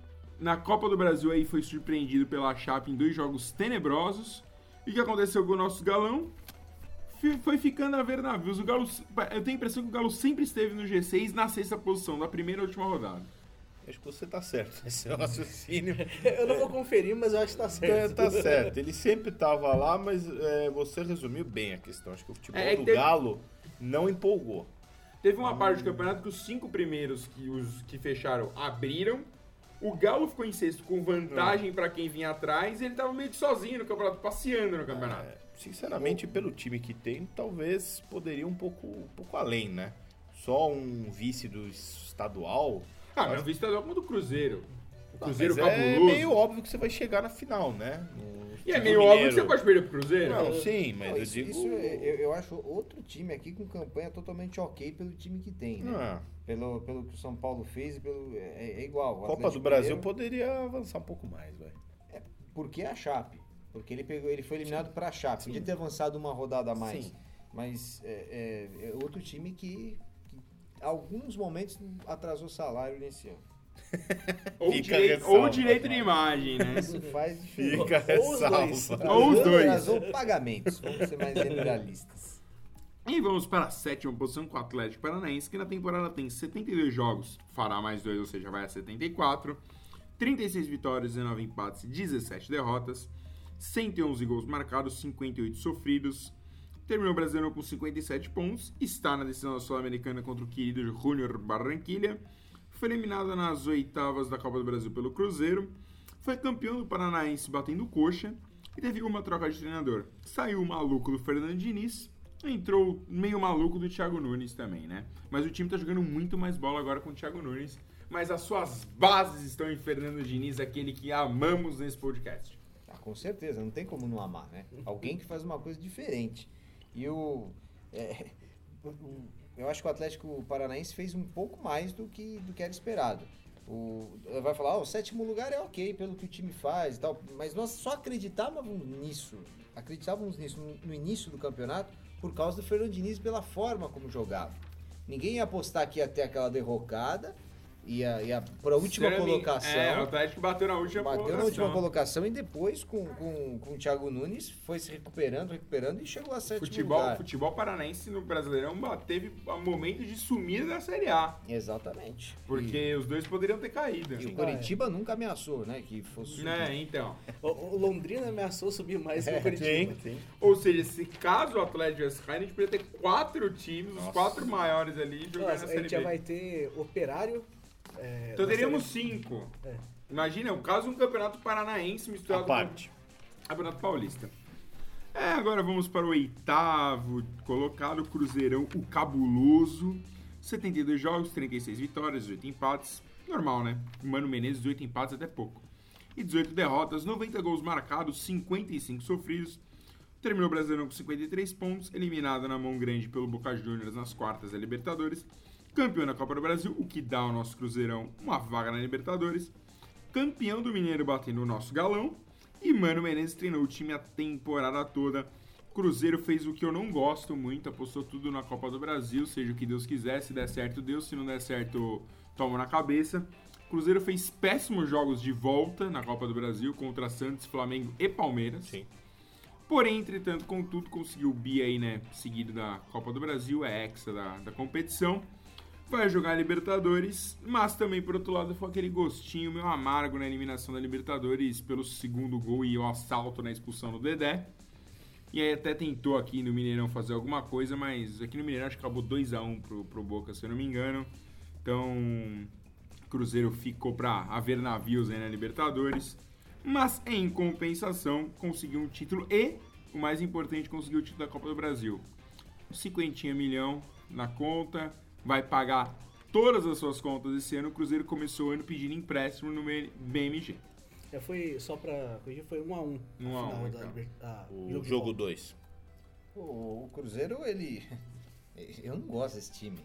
A: Na Copa do Brasil aí foi surpreendido pela Chape em dois jogos tenebrosos. E o que aconteceu com o nosso Galão? Fi- Foi ficando a ver navios. O Galo, eu tenho a impressão que o Galo sempre esteve no G seis na sexta posição, da primeira e última rodada.
B: Acho que você tá certo nesse raciocínio.
C: Eu não vou conferir, mas eu acho que tá
B: É,
C: certo.
B: tá certo. Ele sempre tava lá, mas é, você resumiu bem a questão. Acho que o futebol
A: É,
B: do
A: teve-
B: Galo não empolgou.
A: Teve uma parte do campeonato que os cinco primeiros que, os que fecharam abriram. O Galo ficou em sexto com vantagem pra quem vinha atrás e ele tava meio que sozinho no campeonato, passeando no campeonato.
B: É, sinceramente, pelo time que tem, talvez poderia um pouco, um pouco além, né? Só um vice do estadual.
A: Ah, mas o vice estadual como do Cruzeiro. O
B: Ah,
A: Cruzeiro
B: mas é
A: fabuloso.
B: meio óbvio que você vai chegar na final, né? No
A: E é
B: time
A: meio
B: do
A: óbvio que
B: Mineiro.
A: você pode perder pro Cruzeiro.
B: Não, sim, mas
D: Não,
B: eu
D: isso,
B: digo...
D: isso é- eu, eu acho outro time aqui com campanha totalmente ok pelo time que tem, né?
B: Ah,
D: Pelo, pelo que o São Paulo fez e pelo. É, é igual. o
B: Copa
D: Atlético
B: do Brasil
D: Mineiro,
B: poderia avançar um pouco mais, velho.
D: Porque é a Chape. Porque ele, pegou, ele foi eliminado para a Chape. Podia ter avançado uma rodada a mais.
B: Sim.
D: Mas é, é- é outro time que, que, em alguns momentos, atrasou salário nesse ano.
A: Ou,
B: Fica
A: direi-
B: ressalva,
A: ou direito de
B: cara.
A: imagem, né?
D: Isso faz diferença.
B: Fica
C: Ou os dois.
B: ressalva.
A: Ou os dois.
D: Atrasou pagamentos. Vamos ser mais generalistas.
A: E vamos para a sétima posição com o Atlético Paranaense, que na temporada tem setenta e dois jogos, fará mais dois, ou seja, vai a setenta e quatro, trinta e seis vitórias, dezenove empates e dezessete derrotas, cento e onze gols marcados, cinquenta e oito sofridos, terminou o Brasileirão com cinquenta e sete pontos, está na decisão da Sul-Americana contra o querido Júnior Barranquilla, foi eliminado nas oitavas da Copa do Brasil pelo Cruzeiro, foi campeão do Paranaense batendo coxa, E teve uma troca de treinador. Saiu o maluco do Fernando Diniz, entrou meio maluco do Thiago Nunes também, né? Mas o time tá jogando muito mais bola agora com o Thiago Nunes. Mas as suas bases estão em Fernando Diniz, aquele que amamos nesse podcast.
D: Ah, com certeza, não tem como não amar, né? Alguém que faz uma coisa diferente. E o... É, eu acho que o Atlético Paranaense fez um pouco mais do que, do que era esperado. O, vai falar, oh, o sétimo lugar é ok pelo que o time faz e tal, mas nós só acreditávamos nisso, acreditávamos nisso no, no início do campeonato por causa do Fernando Diniz, pela forma como jogava. Ninguém ia apostar que ia ter aquela derrocada, ia, ia por a última colocação.
A: É, o Atlético bateu na última
D: bateu
A: colocação.
D: na última colocação e depois com, com, com o Thiago Nunes foi se recuperando, recuperando e chegou a sétimo
A: futebol,
D: lugar.
A: Futebol paranaense no Brasileirão teve um momento de sumir da Série A.
D: Exatamente.
A: Porque
D: e,
A: os dois poderiam ter caído.
D: E o Coritiba nunca ameaçou, né? Que fosse subir.
A: Né, então.
C: O, o Londrina ameaçou subir mais que
D: É,
C: o Coritiba.
B: Sim, sim.
A: Ou seja, se caso o Atlético tivesse caído, a gente poderia ter quatro times,
B: Nossa.
A: os quatro maiores ali, jogando
C: Nossa,
A: na
C: a
A: Série
C: gente já
A: B.
C: vai ter Operário. É,
A: Então
C: na
A: teríamos
C: série-
A: cinco.
C: É.
A: Imagina, o caso de um campeonato paranaense misturado
B: A parte.
A: com o campeonato paulista. É, agora vamos para o oitavo colocado, Cruzeirão, o cabuloso. setenta e dois jogos, trinta e seis vitórias, dezoito empates. Normal, né? Mano Menezes, dezoito empates até pouco. E dezoito derrotas, noventa gols marcados, cinquenta e cinco sofridos. Terminou o Brasileirão com cinquenta e três pontos, eliminado na mão grande pelo Boca Juniors nas quartas da Libertadores. Campeão da Copa do Brasil, o que dá ao nosso Cruzeirão uma vaga na Libertadores. Campeão do Mineiro batendo o nosso galão. E Mano Menezes treinou o time a temporada toda. Cruzeiro fez o que eu não gosto muito, apostou tudo na Copa do Brasil, seja o que Deus quiser, se der certo, Deus, se não der certo, toma na cabeça. Cruzeiro fez péssimos jogos de volta na Copa do Brasil contra Santos, Flamengo e Palmeiras.
B: Sim.
A: Porém, entretanto, contudo, conseguiu o bi aí, né, seguido da Copa do Brasil, é hexa da, da competição. Vai jogar a Libertadores, mas também, por outro lado, foi aquele gostinho meio amargo na eliminação da Libertadores pelo segundo gol e o assalto na expulsão do Dedé. E aí até tentou aqui no Mineirão fazer alguma coisa, mas aqui no Mineirão acho que acabou dois a um pro, pro Boca, se eu não me engano. Então, Cruzeiro ficou pra haver navios aí na Libertadores. Mas, em compensação, conseguiu um título e, o mais importante, conseguiu o título da Copa do Brasil. cinquenta milhão na conta, vai pagar todas as suas contas esse ano. O Cruzeiro começou o ano pedindo empréstimo no B M G.
C: Já foi, só pra corrigir, foi um a um.
A: Um a um,
C: da
A: então.
C: Liber- ah,
B: O
C: de
B: jogo
C: volta.
B: dois.
D: O, o Cruzeiro, ele... Eu não gosto desse time.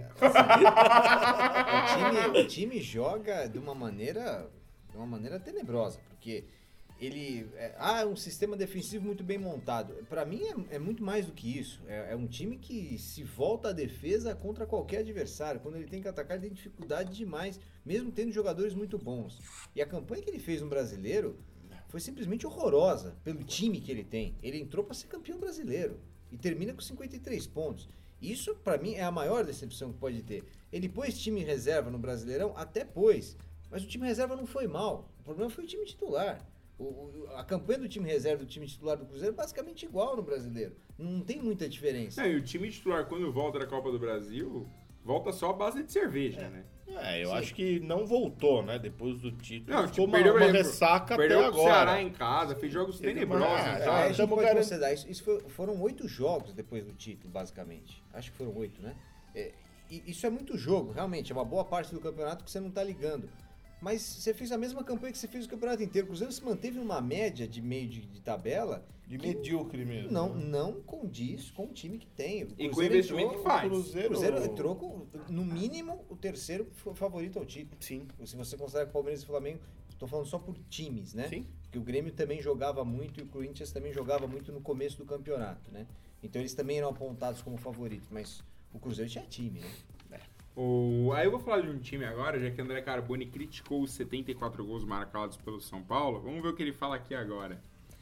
D: Assim, o, time o time joga de uma maneira, de uma maneira tenebrosa, porque ele... É, ah, é um sistema defensivo muito bem montado. Pra mim é, é muito mais do que isso. É, é um time que se volta à defesa contra qualquer adversário. Quando ele tem que atacar, ele tem dificuldade demais, mesmo tendo jogadores muito bons. E a campanha que ele fez no Brasileiro foi simplesmente horrorosa pelo time que ele tem. Ele entrou pra ser campeão brasileiro e termina com cinquenta e três pontos. Isso, pra mim, é a maior decepção que pode ter. Ele pôs time reserva no Brasileirão? Até pôs. Mas o time reserva não foi mal. O problema foi o time titular. O, o, a campanha do time reserva e do time titular do Cruzeiro é basicamente igual no Brasileiro. Não tem muita diferença.
A: É, e o time titular, quando volta da Copa do Brasil, volta só a base de cerveja,
C: É.
A: né?
B: É, eu
C: Sim.
B: acho que não voltou, né? Depois do título.
A: Não,
B: ficou
A: tipo,
B: uma,
A: perdeu,
B: uma
A: por exemplo,
B: ressaca
A: Perdeu
B: até
A: pro Ceará
B: agora.
A: em casa, fez jogos
B: Ele-
A: tenebrosos.
B: Ah,
A: em
B: já-
A: casa.
D: É, a gente
B: estamos
D: pode
B: querendo-
D: considerar isso. Isso foi- foram oito jogos depois do título, basicamente. Acho que foram oito, né? É, e isso é muito jogo, realmente. É uma boa parte do campeonato que você não tá ligando. Mas você fez a mesma campanha que você fez o campeonato inteiro. O Cruzeiro se manteve numa média de meio de, de tabela.
B: De
D: que
B: medíocre mesmo.
D: Não, não condiz com o time que tem. O
A: E com o
D: Cruzeiro
A: investimento
D: entrou-
A: que faz.
B: O
D: O
B: Cruzeiro,
D: Cruzeiro entrou com, no mínimo, o terceiro fa- favorito ao título.
B: Sim.
D: Se você considera Palmeiras e Flamengo, estou falando só por times, né?
B: Sim.
D: Porque o Grêmio também jogava muito e o Corinthians também jogava muito no começo do campeonato, né? Então eles também eram apontados como favoritos, mas o Cruzeiro tinha time, né?
A: O... Aí eu vou falar de um time agora, já que André Carboni criticou os setenta e quatro gols marcados pelo São Paulo. Vamos ver o que ele fala aqui agora.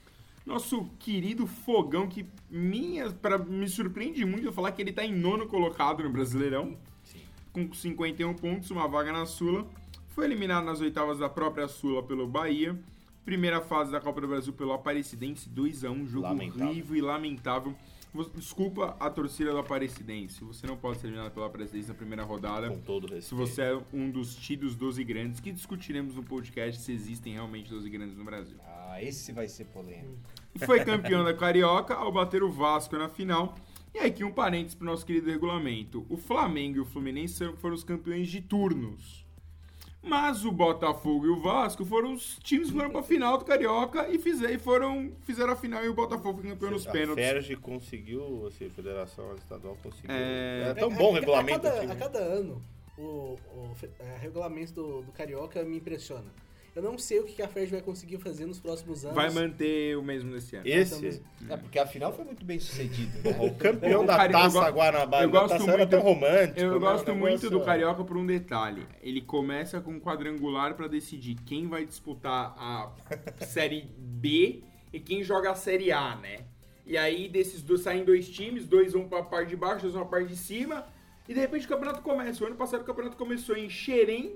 A: Nosso querido Fogão, que minha, pra, me surpreende muito eu falar que ele tá em nono colocado no Brasileirão,
B: Sim.
A: com cinquenta e um pontos, uma vaga na Sula. Foi eliminado nas oitavas da própria Sula pelo Bahia. Primeira fase da Copa do Brasil pelo Aparecidense, dois a um, jogo
B: Lamentável.
A: horrível e lamentável. Desculpa a torcida do Aparecidense, você não pode ser eliminado pela Aparecidense na primeira rodada.
B: Com todo
A: Se
B: respeito.
A: você é um dos tidos doze grandes, que discutiremos no podcast se existem realmente doze grandes no Brasil.
D: Ah, esse vai ser polêmico.
A: foi campeão da Carioca ao bater o Vasco na final. E aí aqui um parênteses pro nosso querido regulamento. O Flamengo e o Fluminense foram os campeões de turnos. Mas o Botafogo e o Vasco foram os times que foram pra final do Carioca e, fizer, e foram, fizeram a final e o Botafogo foi campeão nos pênaltis.
B: A Ferge conseguiu, assim, a Federação Estadual conseguiu.
A: É,
B: é tão bom o regulamento.
C: A cada,
B: assim,
C: a cada ano, o, o é, regulamento do, do Carioca me impressiona. Eu não sei o que a Ferge vai conseguir fazer nos próximos anos.
A: vai manter o mesmo nesse ano.
B: Esse,
D: É, porque a final foi muito bem sucedida.
B: o campeão
A: O
B: da
A: Cari-
B: Taça
A: eu go-
B: Guanabara,
A: eu
B: da
A: gosto
B: Taça era
A: muito-
B: tão romântico.
A: Eu
B: né?
A: gosto
B: Um
A: muito
B: negócio-
A: do Carioca por um detalhe. Ele começa com um quadrangular pra decidir quem vai disputar a Série B e quem joga a Série A, né? E aí desses dois saem dois times, dois vão pra parte de baixo, dois vão pra parte de cima. E de repente o campeonato começa. O ano passado o campeonato começou em Xerém,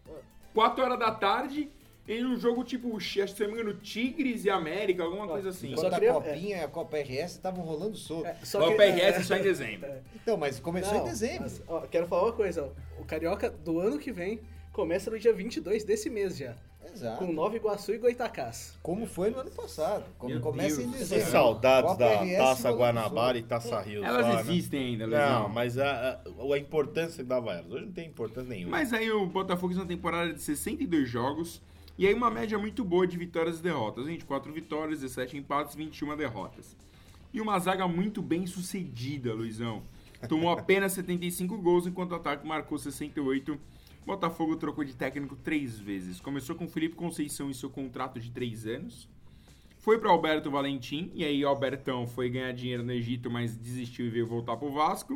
A: quatro horas da tarde, em um jogo tipo, acho que se não me engano, Tigres e América, alguma coisa assim.
C: Só
D: Enquanto
C: queria-
D: a Copinha e a Copa R S estavam rolando solto.
C: É, só
A: O
C: que-
A: P R S
C: é,
A: só em dezembro.
D: Então, mas começou
C: não,
D: em dezembro.
C: mas, ó, quero falar uma coisa. ó. O Carioca do ano que vem começa no dia vinte e dois desse mês já.
D: Exato.
C: Com Nova Iguaçu e Goitacás.
D: Como foi no ano passado. Como
A: Meu
D: começa em
A: Deus.
B: Tem
D: dezembro.
B: saudades
D: Copa
B: da
D: R S
B: Taça
D: rolando
B: Guanabara e
D: solto.
B: Taça Rio.
A: Elas
B: lá, né?
A: existem ainda, Luizão.
B: Não, mas a, a, a importância que dava elas. Hoje não tem importância nenhuma.
A: Mas aí o Botafogo fez uma temporada de sessenta e dois jogos e aí uma média muito boa de vitórias e derrotas. vinte e quatro vitórias, dezessete empates, vinte e uma derrotas. E uma zaga muito bem sucedida, Luizão. Tomou apenas setenta e cinco gols, enquanto o ataque marcou sessenta e oito. Botafogo trocou de técnico três vezes. Começou com Felipe Conceição em seu contrato de três anos. Foi para Alberto Valentim, e aí Albertão foi ganhar dinheiro no Egito, mas desistiu e veio voltar pro Vasco.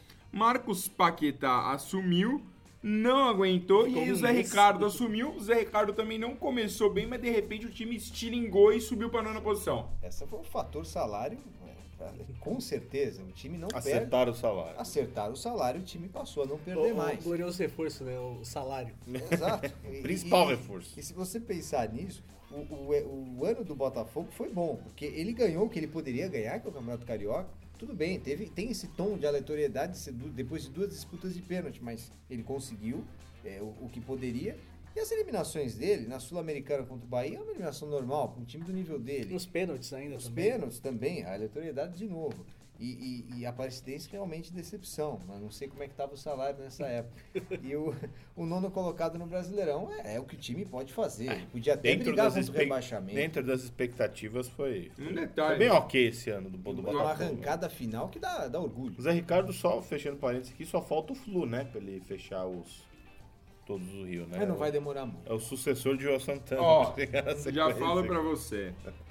A: Marcos Paquetá assumiu, não aguentou, e aí o Zé Ricardo assumiu. O Zé Ricardo também não começou bem, mas de repente o time estilingou e subiu para a nona posição.
D: Essa foi o fator salário, é, com certeza. O time não perde.
B: Acertaram o salário.
D: Acertaram o salário, o time passou a não perder
C: O, o
D: mais.
C: glorioso reforço, né? O salário.
D: Exato. E-
B: Principal
D: e-
B: reforço.
D: E se você pensar nisso, o, o, o ano do Botafogo foi bom, porque ele ganhou o que ele poderia ganhar, que é o Campeonato Carioca. Tudo bem, teve, tem esse tom de aleatoriedade de ser du- depois de duas disputas de pênalti, mas ele conseguiu é, o, o que poderia. E as eliminações dele, na Sul-Americana contra o Bahia, é uma eliminação normal, para um time do nível dele.
C: Nos pênaltis ainda
D: Os
C: também.
D: pênaltis também, a aleatoriedade de novo. E, e, e a Aparecidense realmente decepção, mas não sei como é que estava o salário nessa época. E o, o nono colocado no Brasileirão é, é o que o time pode fazer. Ele podia até
B: Dentro
D: brigar
B: das,
D: contra o
B: espe-
D: rebaixamento.
B: dentro das expectativas foi,
A: Um
B: foi
A: detalhe.
B: bem ok esse ano do, do
D: Uma
B: Botafogo.
D: arrancada final que dá, dá orgulho.
B: O Zé Ricardo, só fechando parênteses aqui, só falta o Flu, né? Pra ele fechar os todos do Rio, né?
D: Mas não vai demorar muito.
B: É o sucessor de João Santana.
A: Ó,
B: pra chegar na
A: já
B: sequência.
A: falo pra você.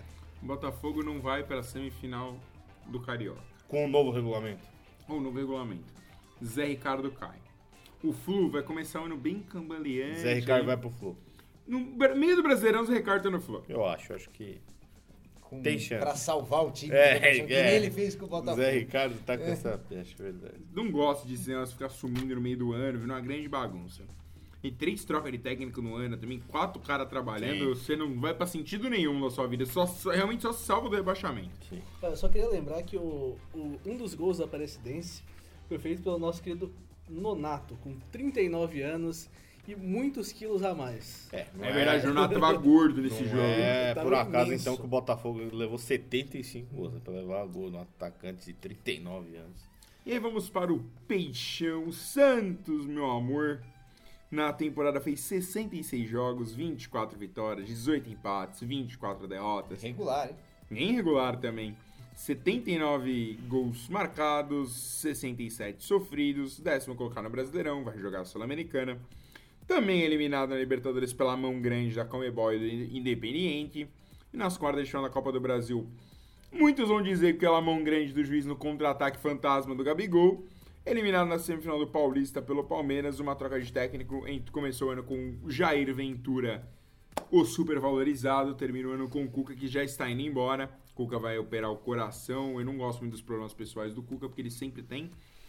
A: O Botafogo não vai pra semifinal do Carioca.
B: Com o novo regulamento.
A: Ou no regulamento. Zé Ricardo cai. O Flu vai começar um ano bem cambaleante.
B: Zé Ricardo
A: aí.
B: vai pro Flu.
A: No br- meio do Brasileirão, o Zé Ricardo tá no Flu.
B: Eu acho, acho que
D: Com,
B: Tem chance.
D: Pra salvar o time.
B: É,
D: né? que
B: é.
D: nem ele fez com o
B: o
D: Botafogo.
B: Zé Ricardo tá com essa peste, verdade.
A: Não gosto de ser ficar sumindo no meio do ano, virando uma grande bagunça. E três trocas de técnico no ano, também quatro caras trabalhando,
B: Sim.
A: você não vai pra sentido nenhum na sua vida. Só, só- realmente só se salva do rebaixamento.
B: Sim.
C: Eu só queria lembrar que o, o- um dos gols da Aparecidense foi feito pelo nosso querido Nonato, com trinta e nove anos e muitos quilos a mais.
B: É, não
A: É verdade, o Renato tava gordo nesse
B: não
A: jogo.
B: é
C: Tava
B: por acaso
C: imenso.
B: então que o Botafogo levou setenta e cinco gols, né, pra levar gol no atacante de trinta e nove anos.
A: E aí vamos para o Peixão Santos, meu amor. Na temporada fez sessenta e seis jogos, vinte e quatro vitórias, dezoito empates, vinte e quatro derrotas.
D: Regular, hein?
A: Bem regular também. setenta e nove gols marcados, sessenta e sete sofridos, décimo colocado no Brasileirão, vai jogar a Sul-Americana. Também eliminado na Libertadores pela mão grande da Conmebol e do Independiente. E nas quartas de final da Copa do Brasil, muitos vão dizer que pela mão grande do juiz no contra-ataque fantasma do Gabigol. Eliminado na semifinal do Paulista pelo Palmeiras, uma troca de técnico. Em- Começou o ano com Jair Ventura, o super valorizado. Termina o ano com o Cuca, que já está indo embora. Cuca vai operar o coração. Eu não gosto muito dos problemas pessoais do Cuca, porque ele sempre tem.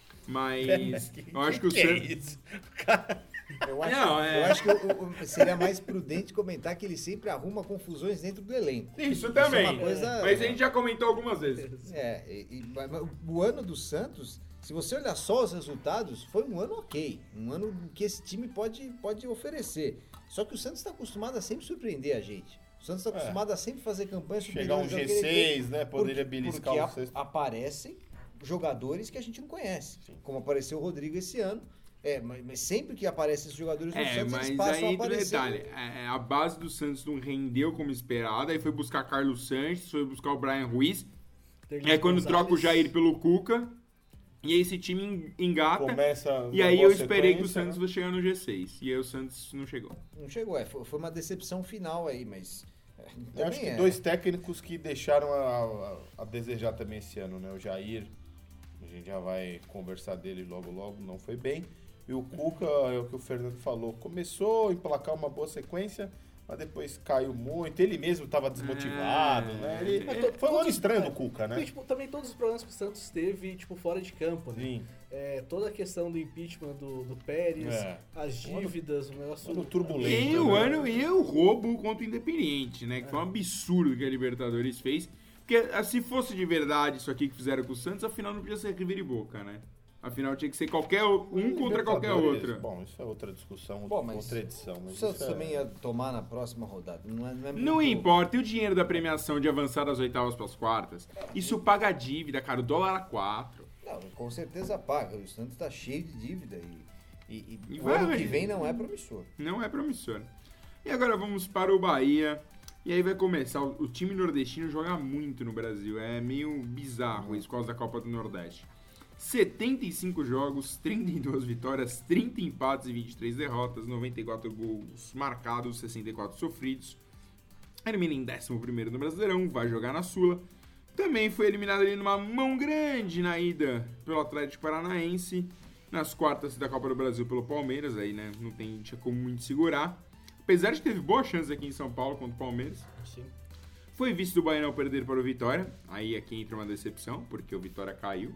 A: Mas eu acho que o
B: que é
A: Santos...
B: isso?
D: Eu acho,
A: Não, é-
D: eu acho que o- o- seria mais prudente comentar que ele sempre arruma confusões dentro do elenco.
A: Isso também.
D: é uma coisa-
A: Mas a gente já comentou algumas vezes.
D: É, e- e- mas o ano do Santos, se você olhar só os resultados, foi um ano ok. Um ano que esse time pode, pode oferecer. Só que o Santos está acostumado a sempre surpreender a gente. O Santos está acostumado é. a sempre fazer campanha
B: chegar um G seis, né? Poderia beliscar
D: o
B: um sexto.
D: Aparecem jogadores que a gente não conhece. Sim. Como apareceu o Rodrigo esse ano. É, mas, mas sempre que aparecem esses jogadores no
A: é,
D: Santos,
A: mas
D: eles passam
A: aí
D: a aparecer.
A: Detalhe, é, a base do Santos não rendeu como esperado, aí foi buscar Carlos Sanches, foi buscar o Brian Ruiz. Terlin é quando Gonzalez. Troca o Jair pelo Cuca. E aí esse time engata.
B: Começa
A: e aí eu esperei que o Santos né? fosse chegar no G seis. E aí o Santos não chegou.
D: Não chegou, é. Foi uma decepção final aí, mas...
B: Eu acho que é. dois técnicos que deixaram a, a, a desejar também esse ano, né? O Jair, a gente já vai conversar dele logo logo, não foi bem. E o Cuca, é o que o Fernando falou, começou a emplacar uma boa sequência, mas depois caiu muito. Ele mesmo estava desmotivado, é, né? Ele,
C: é,
B: foi um ano estranho do Cuca, né?
C: E, tipo, também todos os problemas que o Santos teve, tipo, fora de campo, né?
B: Sim.
C: É, toda a questão do impeachment do, do Pérez, é. as dívidas, o negócio...
B: Um turbulento.
A: E o né? ano e o roubo contra o Independiente, né? Que é. foi um absurdo que a Libertadores fez. Porque se fosse de verdade isso aqui que fizeram com o Santos, afinal não podia ser River e Boca, né? Afinal, tinha que ser qualquer um contra qualquer outro.
B: Bom, isso é outra discussão,
D: Bom, mas
B: outra edição. Mas
D: o Santos
B: é...
D: também ia tomar na próxima rodada. Não, é, não, é muito...
A: não importa. E o dinheiro da premiação de avançar das oitavas para as quartas? Isso paga a dívida, cara. O dólar a quatro.
D: Não, com certeza paga. O Santos tá cheio de dívida. E, e, e,
A: e
D: o ano que vem não é promissor.
A: Não é promissor. E agora vamos para o Bahia. E aí vai começar. O, o time nordestino joga muito no Brasil. É meio bizarro isso, por causa da Copa do Nordeste. setenta e cinco jogos, trinta e duas vitórias, trinta empates e vinte e três derrotas, noventa e quatro gols marcados, sessenta e quatro sofridos. Termina em décimo primeiro no Brasileirão, vai jogar na Sula. Também foi eliminado ali numa mão grande na ida pelo Atlético Paranaense. Nas quartas da Copa do Brasil pelo Palmeiras, aí né, não tem, tinha como muito segurar. Apesar de ter boa chance aqui em São Paulo contra o Palmeiras.
C: Sim. Foi
A: vice do Baiano ao perder para o Vitória. Aí aqui entra uma decepção, porque o Vitória caiu.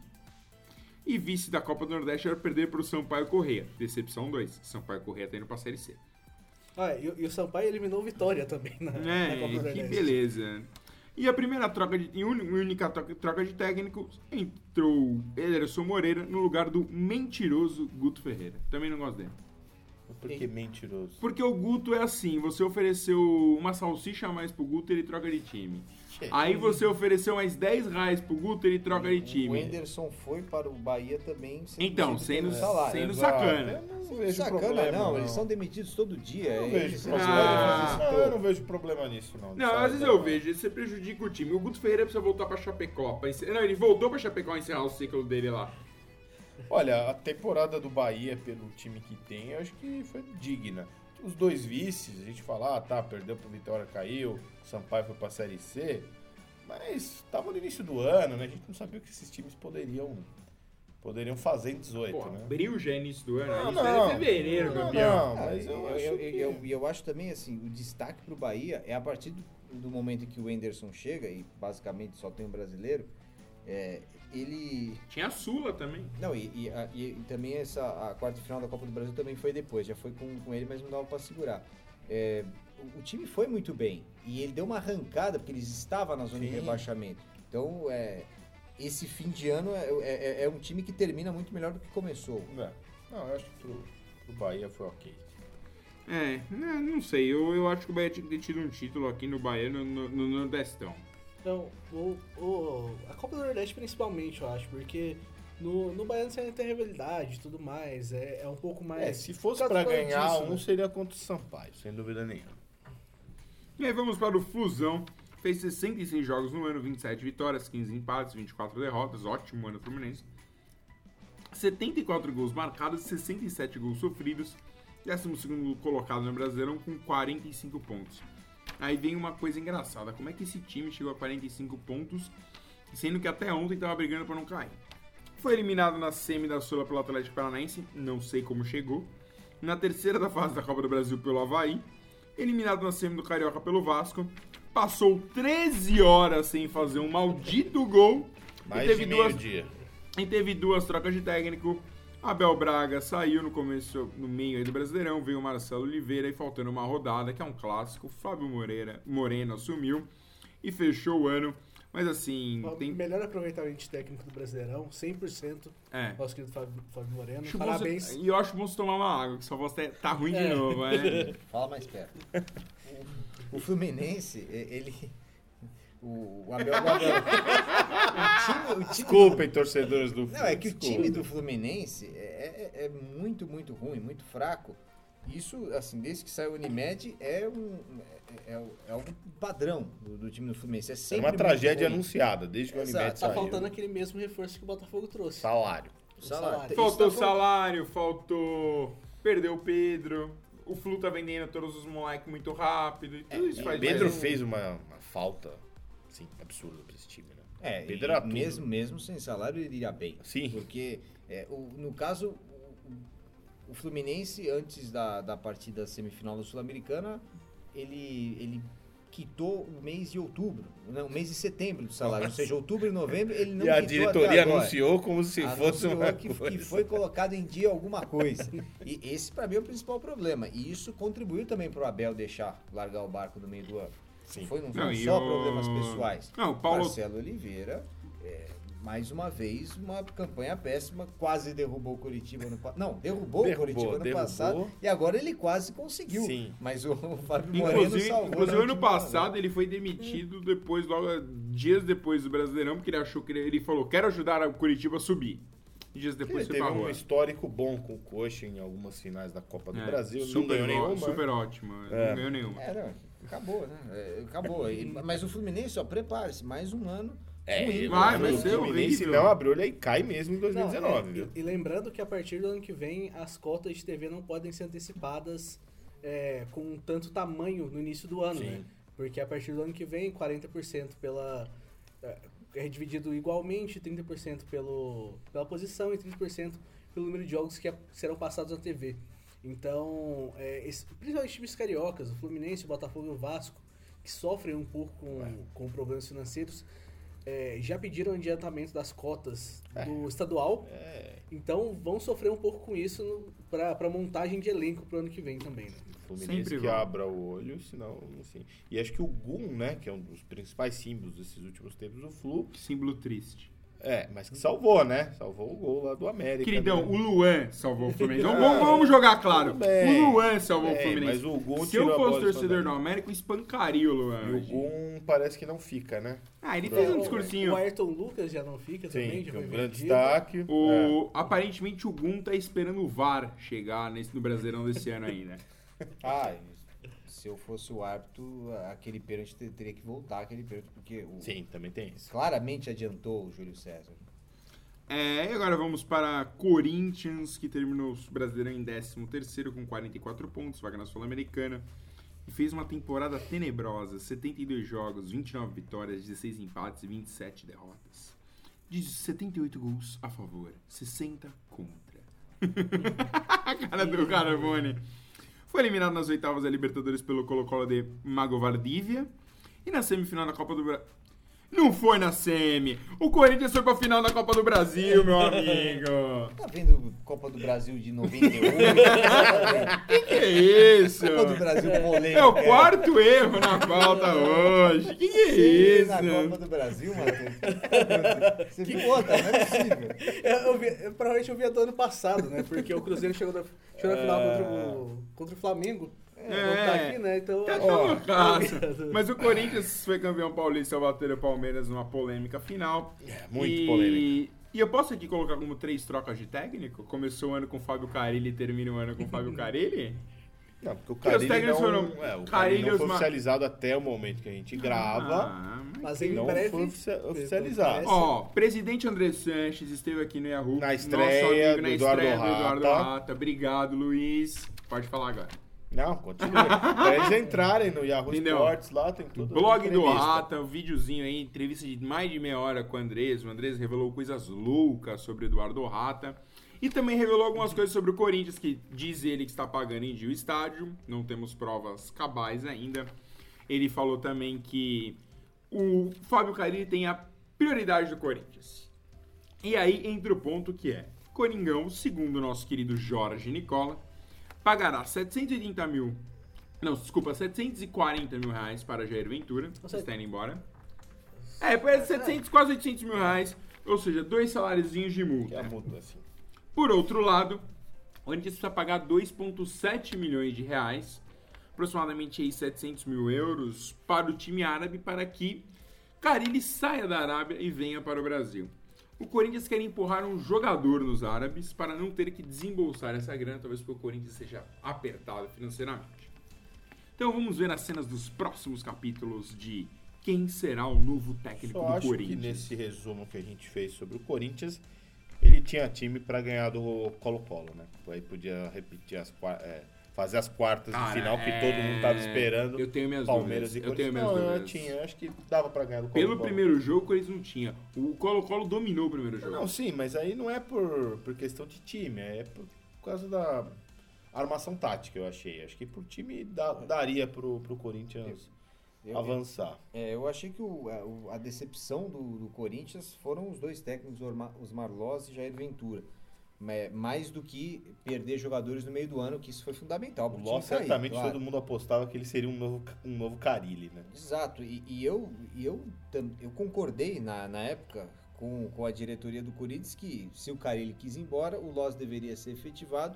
A: E vice da Copa do Nordeste era perder para o Sampaio Corrêa. Decepção dois. Sampaio Corrêa tá indo para a Série C.
C: Ah, e, e o Sampaio eliminou o Vitória também na,
A: é,
C: na Copa do Nordeste.
A: Que beleza. E a primeira troca de, e única troca de técnicos entrou Ederson Moreira no lugar do mentiroso Guto Ferreira. Também não gosto dele.
B: Por que mentiroso?
A: Porque o Guto é assim, você ofereceu uma salsicha a mais pro Guto, ele troca de time. Aí você ofereceu mais dez reais pro Guto, ele troca de time.
D: O Enderson foi para o Bahia também sem
A: então, sendo,
D: salário.
A: sendo sacana.
B: Eu não vejo
D: sacana
B: problema,
D: não,
B: não,
D: eles são demitidos todo dia.
B: Eu não,
D: é
B: vejo,
D: eles,
B: ah, não, eu não vejo problema nisso, não.
A: Não, às vezes eu vejo, você prejudica o time. O Guto Ferreira precisa voltar pra Chapecó. Pra encer... Não, ele voltou pra Chapecó encerrar o ciclo dele lá.
B: Olha, a temporada do Bahia, pelo time que tem, eu acho que foi digna. Os dois vices, a gente fala, ah, tá, perdeu pro Vitória, caiu, o Sampaio foi pra Série C, mas tava no início do ano, né? A gente não sabia o que esses times poderiam, poderiam fazer em dezoito,
A: Pô,
B: né?
A: abriu já início do ano,
B: não,
A: aí
B: não,
A: é fevereiro,
B: não,
A: campeão.
B: Não, mas eu,
D: eu,
B: acho
D: eu,
B: que...
D: eu, eu, eu acho também, assim, o destaque pro Bahia é a partir do, do momento em que o Enderson chega, e basicamente só tem um brasileiro, é, ele...
A: Tinha a Sula também.
D: Não, e, e, a, e, e também essa, a quarta final da Copa do Brasil também foi depois, já foi com, com ele, mas não dava pra segurar. É, o, o time foi muito bem, e ele deu uma arrancada, porque eles estavam na zona Sim. de rebaixamento. Então, é, esse fim de ano é, é, é um time que termina muito melhor do que começou.
B: É. Não, eu acho que pro, pro Bahia foi ok.
A: É, não, não sei, eu, eu acho que o Bahia tinha que ter tido um título aqui no Bahia, no, no, no Nordestão.
C: Então, o, o, a Copa do Nordeste principalmente, eu acho, porque no, no Baiano você ainda tem rivalidade e tudo mais, é, é um pouco mais...
B: É, se fosse pra ganhar disso, um, né? Seria contra o Sampaio, sem dúvida nenhuma.
A: E aí vamos para o Flusão, fez sessenta e seis jogos no ano, vinte e sete vitórias, quinze empates, vinte e quatro derrotas, ótimo ano Fluminense. setenta e quatro gols marcados, sessenta e sete gols sofridos, décimo segundo colocado no Brasileirão com quarenta e cinco pontos. Aí vem uma coisa engraçada, como é que esse time chegou a quarenta e cinco pontos, sendo que até ontem estava brigando para não cair. Foi eliminado na semi da Sula pelo Atlético Paranaense, não sei como chegou. Na terceira da fase da Copa do Brasil pelo Avaí, eliminado na semi do Carioca pelo Vasco, passou treze horas sem fazer um maldito gol.
B: Mais
A: e teve
B: de
A: duas,
B: meio dia.
A: E teve duas trocas de técnico. Abel Braga saiu no começo, no meio aí do Brasileirão, veio o Marcelo Oliveira e faltando uma rodada, que é um clássico, Fábio Moreira, Moreno assumiu e fechou o ano. Mas assim...
C: O
A: tem...
C: melhor aproveitamento técnico do Brasileirão, cem por cento,
A: é.
C: nosso querido Fábio, Fábio Moreno.
A: Acho
C: Parabéns.
A: Você... E eu acho bom você tomar uma água, que sua voz tá, tá ruim de
C: é.
A: novo. É.
D: Fala mais perto. o Fluminense, ele... O, o Abel... O Abel o time, o time
B: Desculpem,
D: do,
B: torcedores do
D: Não, é que o
B: Desculpa.
D: time do Fluminense é, é, é muito, muito ruim, muito fraco. Isso, assim, desde que saiu o Unimed, é um, é, é, é um padrão do, do time do Fluminense. É
B: Era
D: sempre
B: uma
D: muito
B: tragédia
D: ruim.
B: anunciada, desde que o
D: Exato.
B: Unimed
C: Tá
B: saiu.
C: faltando aquele mesmo reforço que o Botafogo trouxe.
B: Salário.
D: O salário.
C: Isso
A: Faltou
D: tá-
A: salário, faltou... Perdeu o Pedro. O Flu tá vendendo todos os moleques muito rápido. E tudo isso
B: E
A: faz
B: Pedro
A: diferença.
B: fez uma, uma falta, assim, absurda pra esse time, né?
D: É,
B: Pedro
D: e
B: era tudo.
D: mesmo, mesmo sem salário ele iria bem.
B: Sim.
D: Porque, é, o, no caso, o, o Fluminense, antes da, da partida semifinal da Sul-Americana, ele, ele quitou o mês de outubro, não, o mês de setembro do salário. Ou seja, outubro e novembro ele não
B: E a
D: quitou
B: diretoria
D: até agora.
B: anunciou como se fosse
D: Anunciou
B: uma
D: que,
B: coisa.
D: que foi colocado em dia alguma coisa. E esse, para mim, é o principal problema. E isso contribuiu também para o Abel deixar largar o barco no meio do ano.
B: Sim.
D: Não foi, não
A: Não,
D: foram
A: e
D: só
A: o-
D: problemas pessoais.
A: Não, o Paulo-
D: Marcelo Oliveira, é, mais uma vez, uma campanha péssima, quase derrubou o Coritiba no passado. Não, derrubou,
B: Derrubou,
D: o Coritiba no
B: derrubou.
D: passado e agora ele quase conseguiu.
B: Sim.
D: Mas o, o Fábio Moreno
A: Inclusive,
D: salvou.
A: inclusive
D: na
A: ano
D: última
A: passado
D: hora.
A: ele foi demitido depois, logo dias depois do Brasileirão, porque ele achou que ele, ele falou, quero ajudar o Curitiba a subir. Dias
B: Ele
A: depois foi
B: teve
A: pra
B: um
A: rua.
B: histórico bom com o Coxa em algumas finais da Copa do
A: É,
B: Brasil. Não
A: super,
B: ganhou
A: ó-
B: nenhuma.
A: super ótimo,
B: É.
A: não ganhou nenhuma.
D: É, não, acabou, né? É, acabou. E- Mas o Fluminense, ó, prepare-se, mais um ano.
B: É,
D: ruim.
B: ele
A: Vai,
B: o
A: vai ser
B: Fluminense
A: horrível.
B: não abriu, ele aí cai mesmo em dois mil e
C: Não,
B: dezenove,
C: é,
B: viu?
C: e, e lembrando que a partir do ano que vem as cotas de T V não podem ser antecipadas é, com tanto tamanho no início do ano,
B: Sim.
C: né? Porque a partir do ano que vem, quarenta por cento pela. É, é dividido igualmente, trinta por cento pelo, pela posição e trinta por cento pelo número de jogos que a- serão passados na T V. Então, é, esse, principalmente times cariocas, o Fluminense, o Botafogo e o Vasco, que sofrem um pouco com, com problemas financeiros, é, já pediram adiantamento das cotas do estadual.
B: É,
C: Então vão sofrer um pouco com isso no, pra, pra montagem de elenco pro ano que vem também, né?
B: o Fluminense
A: Sempre
B: que
A: vão.
B: abra o olho, senão, assim... E acho que o Gum, né, que é um dos principais símbolos desses últimos tempos do Flu,
A: Símbolo triste.
B: é, mas que salvou, né? Salvou o gol lá do América.
A: Queridão,
B: né?
A: o Luan salvou o Fluminense. Vamos, vamos- vamos jogar claro.
B: Tudo bem.
A: O Luan salvou o
B: Bem,
A: Fluminense.
B: mas o Gum
A: Se
B: tirou
A: eu
B: a
A: fosse
B: bola de
A: torcedor
B: cima
A: do
B: dele.
A: América, eu espancaria o Luan.
B: E o
A: hoje.
B: Gum parece que não fica, né?
A: Ah, ele
B: Pro-
A: fez um
C: O-
A: discursinho.
C: O Ayrton Lucas já não fica também,
B: Sim,
C: já
B: que é
C: foi
B: um grande
C: vendido.
B: destaque.
A: O, Aparentemente o Gum tá esperando o V A R chegar nesse, no Brasileirão desse ano ainda.
D: Ah, se eu fosse o árbitro, aquele pênalti te- teria que voltar, aquele pênalti, porque o,
B: É. Sim, também tem isso.
D: claramente adiantou o Júlio César.
A: É, e agora vamos para Corinthians, que terminou o Brasileirão em décimo terceiro com quarenta e quatro pontos, vaga na Sul-Americana. E fez uma temporada tenebrosa, setenta e dois jogos, vinte e nove vitórias, dezesseis empates e vinte e sete derrotas. De setenta e oito gols a favor, sessenta contra. A cara do Caravone. Foi eliminado nas oitavas da Libertadores pelo Colo-Colo de Mago Valdívia. E na semifinal da Copa do Brasil... Não foi na semi. O Corinthians foi pra final da Copa do Brasil, meu amigo.
D: Tá vendo Copa do Brasil de noventa e oito?
A: Que que é isso?
D: Copa do Brasil polêmica.
A: É o quarto erro na pauta hoje. Que que é
D: Sim,
A: isso?
D: na Copa do Brasil, Matheus. Você viu outra? Não é possível.
C: Eu, eu vi, eu, provavelmente eu vi a do ano passado, né? Porque o Cruzeiro chegou na, chegou na final contra o, contra o Flamengo.
A: É.
C: Não tá aqui, né? Então.
A: Tá
C: ó,
A: no caso.
C: eu vi.
A: Mas o Corinthians foi campeão paulista ao bater o Palmeiras numa polêmica final.
B: É, muito
A: e...
B: polêmica.
A: E eu posso aqui colocar como três trocas de técnico? Começou o ano com o Fábio Carille e termina o ano com o Fábio Carille?
B: Não, porque o
A: Porque os
B: Carille
A: técnicos
B: não,
A: foram
B: é, o
A: Carille
B: Carille
A: e
B: não
A: os
B: foi
A: ma-
B: oficializado até o momento que a gente grava.
A: Ah, mas
C: Mas
A: que-
C: em
B: não
C: breve.
B: foi ofici- oficializado.
A: Ó, presidente André Sanches esteve aqui no Yahoo.
B: Na estreia
A: nosso amigo,
B: do
A: na
B: Eduardo
A: estreia do Eduardo
B: Rata.
A: Rata. Obrigado, Luiz. Pode falar agora.
B: Não, continua. Pra eles entrarem no Yahoo
A: Entendeu?
B: Sports lá, tem tudo.
A: Blog do
B: entrevista.
A: Rata, um videozinho aí, entrevista de mais de meia hora com o Andrés. O Andrés revelou coisas loucas sobre o Eduardo Rata. E também revelou algumas coisas sobre o Corinthians, que diz ele que está pagando em dia o estádio. Não temos provas cabais ainda. Ele falou também que o Fábio Carille tem a prioridade do Corinthians. E aí entra o ponto que é: Coringão, segundo o nosso querido Jorge Nicola, pagará setecentos e oitenta mil... Não, desculpa, setecentos e quarenta mil reais para Jair Ventura, que está indo embora. É, foi setecentos, quase oitocentos mil reais, ou seja, dois saláriozinhos de
B: Que é
A: multa.
B: multa, assim.
A: Por outro lado, o Corinthians precisa pagar dois vírgula sete milhões de reais aproximadamente aí setecentos mil euros para o time árabe para que Carille saia da Arábia e venha para o Brasil. O Corinthians quer empurrar um jogador nos árabes para não ter que desembolsar essa grana, talvez porque o Corinthians seja apertado financeiramente. Então vamos ver as cenas dos próximos capítulos de quem será o novo técnico
B: Só
A: do
B: acho
A: Corinthians.
B: que nesse resumo que a gente fez sobre o Corinthians, ele tinha time para ganhar do Colo-Colo, né? Aí podia repetir as quartas, é, fazer as quartas
A: Cara,
B: de final que
A: é...
B: todo mundo tava esperando.
A: Eu tenho minhas
B: Palmeiras
A: dúvidas.
B: e
A: Eu tenho
B: Corinthians.
A: minhas
B: Não, eu
A: dúvidas.
B: tinha, eu acho que dava para ganhar do Colo-Colo.
A: Pelo primeiro jogo, o Corinthians não tinha. O Colo-Colo dominou o primeiro jogo.
B: Não, sim, mas aí não é por, por questão de time, é por causa da armação tática, eu achei. Acho que por time dá, daria pro, pro Corinthians
D: Eu-
B: avançar.
D: É, eu achei que o- a, o- a decepção do, do Corinthians foram os dois técnicos, Orma- Osmar Loz e Jair Ventura. Ma- Mais do que perder jogadores no meio do ano, que isso foi fundamental.
B: O
D: pro
B: Loss,
D: time cair,
B: certamente,
D: claro.
B: todo mundo apostava que ele seria um novo, um novo Carille, né?
D: Exato, e, e eu, e eu, tam- eu concordei na, na época com, com a diretoria do Corinthians que se o Carille quis ir embora, o Loss deveria ser efetivado,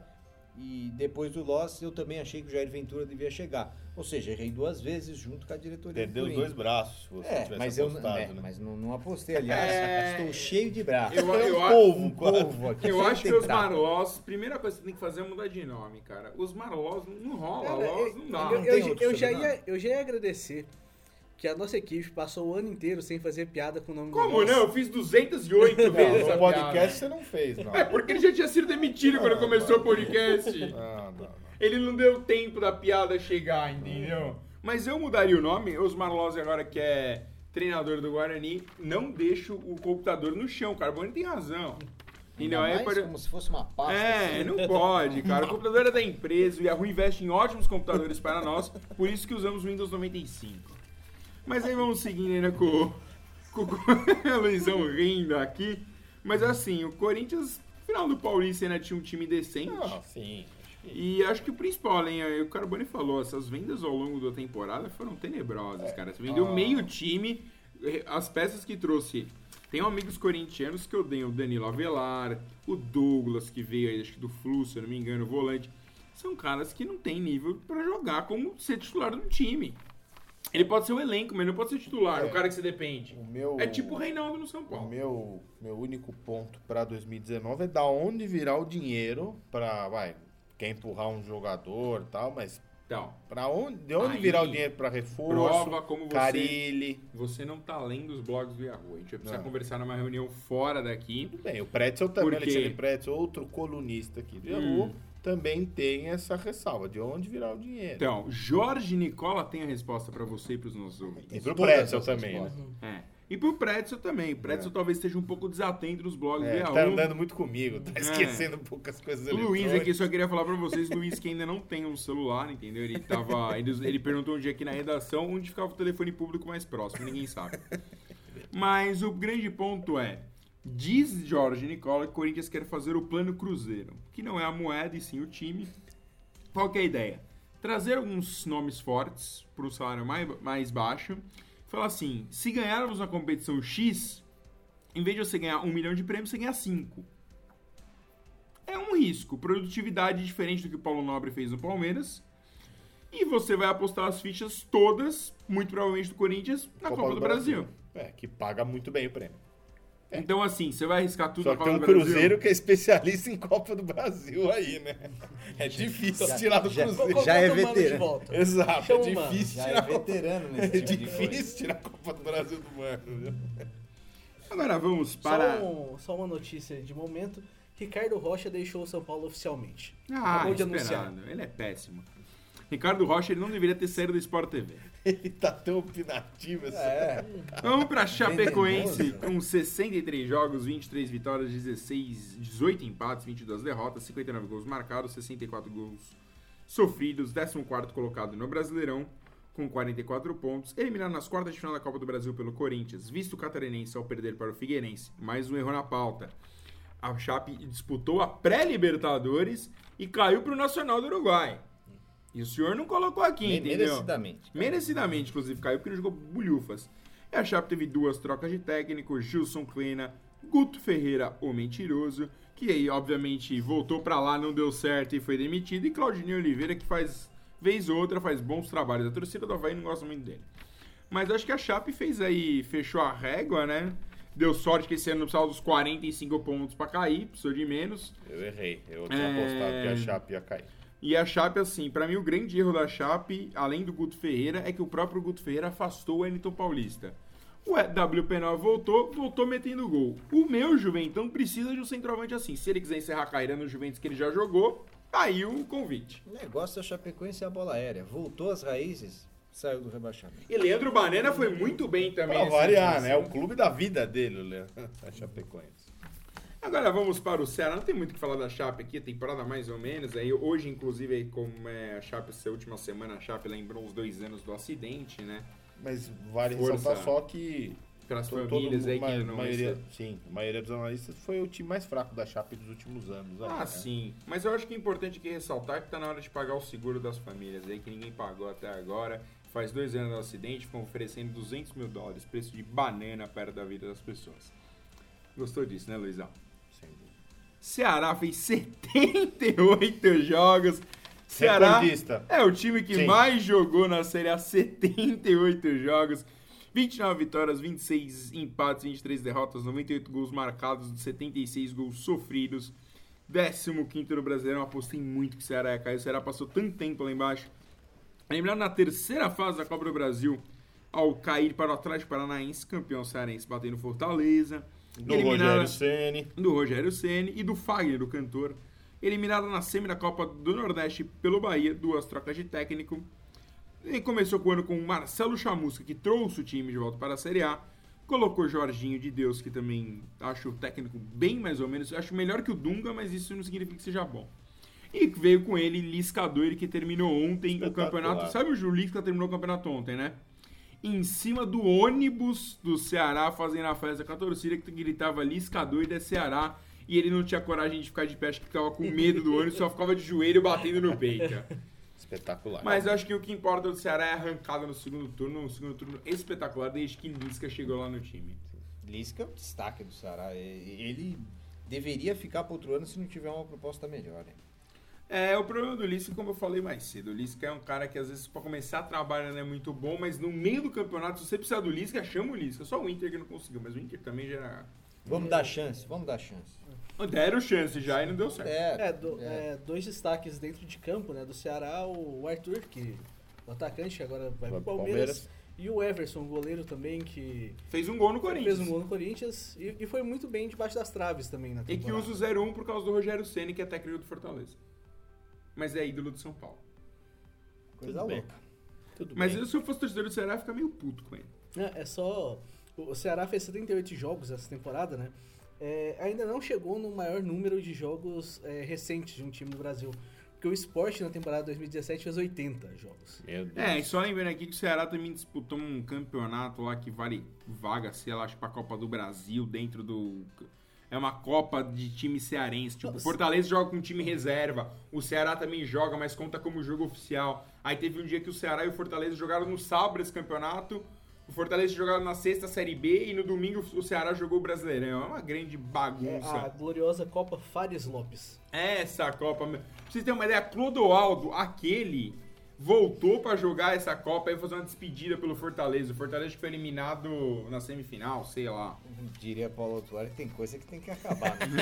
D: e depois do Loss eu também achei que o Jair Ventura devia chegar. Ou seja, errei duas vezes junto com a diretoria
B: Perdeu
D: do
B: os
D: Corinthians.
B: dois braços, se você
D: É,
B: tivesse
D: mas eu
B: apostado,
D: é,
B: né?
D: mas não, não apostei, aliás,
A: É.
D: estou cheio de braços.
A: Eu- eu-
B: um polvo,
D: um
B: quase.
D: polvo aqui.
A: Eu
D: cheio
A: acho
D: de
A: que os
D: braço.
A: Marlós, primeira coisa que você tem que fazer é mudar de nome, cara. Os Marlós não rola,
C: Cara,
A: Loz não dá.
C: eu,
D: Não
C: eu,
D: tem outro
C: eu já
D: sobrenome?
C: ia, eu já ia agradecer que a nossa equipe passou o ano inteiro sem fazer piada com o nome do
A: Como
C: Loss.
A: não? Eu fiz duzentas e oito
B: Não,
A: vezes
B: no
A: essa
B: podcast
A: piada.
B: você não fez, não.
A: É, porque ele já tinha sido demitido quando começou o podcast.
B: Não, não, não.
A: Ele não deu tempo da piada chegar, entendeu? Mas eu mudaria o nome. Osmar Loz, agora que é treinador do Guarani, não deixa o computador no chão. O Carbone tem razão. Entendeu?
D: Ainda
A: Aí
D: mais
A: pode-
D: como se fosse uma pasta.
A: É,
D: assim.
A: não pode, cara. O computador é da empresa, o Yahoo investe em ótimos computadores para nós, por isso que usamos o Windows noventa e cinco. Mas aí vamos seguindo ainda com, com, com o Luizão rindo aqui. Mas assim, o Corinthians, no final do Paulista, ainda tinha um time decente.
B: Não, sim. Acho que...
A: E acho que o principal, hein, o Carbone falou, essas vendas ao longo da temporada foram tenebrosas, cara. Você vendeu
B: Ah.
A: meio time, as peças que trouxe. Tem amigos corintianos que odeiam o Danilo Avelar, o Douglas, que veio aí, acho que do Flu, se eu não me engano, o volante. São caras que não tem nível pra jogar como ser titular do time. Ele pode ser o elenco, mas não pode ser titular,
B: É.
A: o cara que você depende.
B: O meu...
A: É tipo o Reinaldo no São
B: O
A: Paulo.
B: meu, meu único ponto para dois mil e dezenove é da onde virar o dinheiro para, vai, quer empurrar um jogador e tal, mas
A: Então,
B: para onde, de onde
A: Aí,
B: virar o dinheiro para reforço,
A: prova como você...
B: Carille.
A: Você não tá lendo os blogs do Yahoo. A gente vai precisar
B: Não.
A: conversar numa reunião fora daqui.
B: Tudo bem, o Pretzel também,
A: Por quê?
B: Alexandre Pretzel, outro colunista aqui do
A: Hum.
B: Yahoo, também tem essa ressalva, de onde virar o dinheiro.
A: Então, Jorge Nicola tem a resposta pra você e pros nossos ouvintes.
B: e pro
D: todas
B: Pretzel
D: as
B: também, né?
D: respostas.
A: É. E pro Pretzel também. O Pretzel talvez esteja um pouco desatento nos blogs do
B: É,
A: Yahoo.
B: tá andando muito comigo, tá
A: É.
B: esquecendo um pouco as coisas
A: O Luiz
B: eletrônicas.
A: aqui, só queria falar pra vocês, Luiz que ainda não tem um celular, entendeu? Ele tava. Ele, ele perguntou um dia aqui na redação onde ficava o telefone público mais próximo, ninguém sabe. Mas o grande ponto é. Diz Jorge Nicola que o Corinthians quer fazer o plano Cruzeiro, que não é a moeda e sim o time. Qual que é a ideia? Trazer alguns nomes fortes para o salário mais, mais baixo. Falar assim, se ganharmos uma competição X, em vez de você ganhar um milhão de prêmios, você ganha cinco. É um risco. Produtividade diferente do que o Paulo Nobre fez no Palmeiras. E você vai apostar as fichas todas, muito provavelmente do Corinthians, na Copa, do Brasil.
B: É, que paga muito bem o prêmio.
A: Então, assim, você vai arriscar tudo
B: Só
A: na
B: que
A: Copa
B: tem um
A: do Brasil.
B: Cruzeiro que é especialista em Copa do Brasil aí, né? É difícil
D: Já-
B: tirar do
D: já-
B: Cruzeiro.
D: já é
C: Coloca o Mano de
D: veterano.
C: volta.
B: Exato,
C: Chama
B: é
C: o Mano.
B: difícil
D: Já
B: tirar
D: é
B: a Copa-
D: veterano nesse
B: É
D: tipo de coisa.
B: difícil tirar a Copa do Brasil do Mano, viu?
A: Agora vamos para...
C: Só, um- só uma notícia de momento. Ricardo Rocha deixou o São Paulo oficialmente.
A: Ah,
C: Acabou de
A: esperado.
C: anunciar.
A: Ele é péssimo. Ricardo Rocha, ele não deveria ter saído do Sport T V.
B: Ele tá tão opinativo assim.
D: É,
A: Vamos pra Chapecoense,
D: Venenoso.
A: com sessenta e três jogos, vinte e três vitórias, dezesseis, dezoito empates, vinte e duas derrotas, cinquenta e nove gols marcados, sessenta e quatro gols sofridos, décimo quarto colocado no Brasileirão, com quarenta e quatro pontos, eliminado nas quartas de final da Copa do Brasil pelo Corinthians, visto o catarinense ao perder para o Figueirense, mais um erro na pauta. A Chape disputou a pré-Libertadores e caiu para o Nacional do Uruguai. E o senhor não colocou aqui, entendeu?
D: merecidamente.
A: Merecidamente, inclusive, caiu porque não jogou bulhufas. E a Chape teve duas trocas de técnico, Gilson Kleina, Guto Ferreira, o mentiroso, que aí, obviamente, voltou pra lá, não deu certo e foi demitido, e Claudinei Oliveira, que faz vez ou outra faz bons trabalhos. A torcida do Avaí não gosta muito dele. Mas acho que a Chape fez aí, fechou a régua, né? Deu sorte que esse ano não precisava dos quarenta e cinco pontos pra cair, precisou de menos.
B: Eu errei, eu tinha
A: É.
B: apostado que a Chape ia cair.
A: E a Chape, assim, pra mim o grande erro da Chape, além do Guto Ferreira, é que o próprio Guto Ferreira afastou o Wellington Paulista. O W P nove voltou, voltou metendo gol. O meu Juventão precisa de um centroavante assim. Se ele quiser encerrar a carreira no Juventus que ele já jogou, tá aí o convite.
D: O negócio da Chapecoense é a bola aérea. Voltou às raízes, saiu do rebaixamento.
A: E Leandro Banana foi muito bem também.
B: Pra
A: nesse
B: variar,
A: time.
B: né? O clube da vida dele, o Leandro. A Chapecoense.
A: Agora vamos para o Ceará. Não tem muito o que falar da Chape aqui, temporada mais ou menos. Aí, hoje, inclusive, aí, como é a Chape, essa última semana, a Chape lembrou os dois anos do acidente, né?
B: Mas vale
A: Força.
B: ressaltar só que...
A: Para as
B: todo
A: famílias
B: mundo-
A: aí que
B: ma-
A: não
B: maioria,
A: recebem.
B: Sim, a maioria dos analistas foi o time mais fraco da Chape dos últimos anos. aí,
A: Ah,
B: né?
A: sim. Mas eu acho que é importante aqui ressaltar que tá na hora de pagar o seguro das famílias aí, que ninguém pagou até agora. Faz dois anos do acidente, ficam oferecendo duzentos mil dólares, preço de banana perto da vida das pessoas. Gostou disso, né, Luizão?
B: Sem dúvida.
A: Ceará fez setenta e oito jogos. Ceará
B: Recordista.
A: é o time que
B: Sim.
A: mais jogou na Série A, setenta e oito jogos. vinte e nove vitórias, vinte e seis empates, vinte e três derrotas, noventa e oito gols marcados, setenta e seis gols sofridos. décimo quinto no Brasileirão, apostei muito que o Ceará ia cair. O Ceará passou tanto tempo lá embaixo. Lembrando, na terceira fase da Copa do Brasil, ao cair para o Atlético Paranaense, campeão cearense, batendo Fortaleza.
B: Do
A: Eliminado-
B: Rogério Ceni.
A: do Rogério Ceni e do Fagner, o cantor. Eliminado na semi da Copa do Nordeste pelo Bahia, duas trocas de técnico. E começou com o ano com o Marcelo Chamusca, que trouxe o time de volta para a Série A. Colocou Jorginho de Deus, que também acho o técnico bem mais ou menos. Acho melhor que o Dunga, mas isso não significa que seja bom. E veio com ele Lisca Doire, que terminou ontem o
B: Espetacular.
A: campeonato. Sabe o Lisca terminou o campeonato ontem, né? Em cima do ônibus do Ceará, fazendo a festa com a torcida, que gritava Lisca Doire é Ceará. E ele não tinha coragem de ficar de pé, acho que ficava com medo do ônibus, só ficava de joelho batendo no peito.
B: Espetacular.
A: Mas eu acho que o que importa do Ceará é a arrancada no segundo turno, um segundo turno espetacular, desde que Lisca chegou lá no time.
D: Lisca é o destaque do Ceará. E- Ele deveria ficar para outro ano se não tiver uma proposta melhor. Hein?
A: É, o problema do Lisca, como eu falei mais cedo, o Lisca é um cara que às vezes para começar a trabalhar não é muito bom, mas no meio do campeonato, se você precisar do Lisca, chama o Lisca. Só o Inter que não conseguiu, mas o Inter também já era...
D: Vamos dar chance, vamos dar chance.
A: Deram chance já e não deu certo.
C: É, do- é, dois destaques dentro de campo, né? Do Ceará, o Arthur, que o atacante que agora vai,
B: Vai
C: pro
B: pro
C: Palmeiras,
B: Palmeiras.
C: e o Everson, o goleiro também, que
A: Fez um gol no Corinthians.
C: fez um gol no Corinthians e, e foi muito bem debaixo das traves também na
A: E que
C: temporada.
A: usa o zero um por causa do Rogério Ceni, que é técnico do Fortaleza. Mas é ídolo do São Paulo.
D: Coisa
B: Tudo bem.
D: louca.
B: Tudo
A: Mas
B: bem.
A: eu, se eu fosse torcedor do Ceará, eu ia ficar meio puto com ele.
C: É, é só... O o Ceará fez setenta e oito jogos essa temporada, né? É, ainda não chegou no maior número de jogos é, recentes de um time do Brasil. Porque o Sport na temporada dois mil e dezessete fez oitenta jogos.
B: Meu Deus.
A: É, e só lembrando aqui que o Ceará também disputou um campeonato lá que vale vaga, sei lá, acho que pra Copa do Brasil, dentro do... É uma Copa de time cearense. Tipo, o
C: Nossa.
A: Fortaleza joga com time reserva. O Ceará também joga, mas conta como jogo oficial. Aí teve um dia que o Ceará e o Fortaleza jogaram no sábado esse campeonato. O Fortaleza jogava na sexta Série B e no domingo o Ceará jogou o Brasileirão. É uma grande
C: É
A: bagunça.
C: a gloriosa Copa Fares Lopes.
A: Essa Copa... Pra vocês terem uma ideia, Clodoaldo, aquele, voltou pra jogar essa Copa e fazer uma despedida pelo Fortaleza. O Fortaleza foi eliminado na semifinal, sei lá.
D: Diria Paulo Autuari que tem coisa que tem que acabar. Né?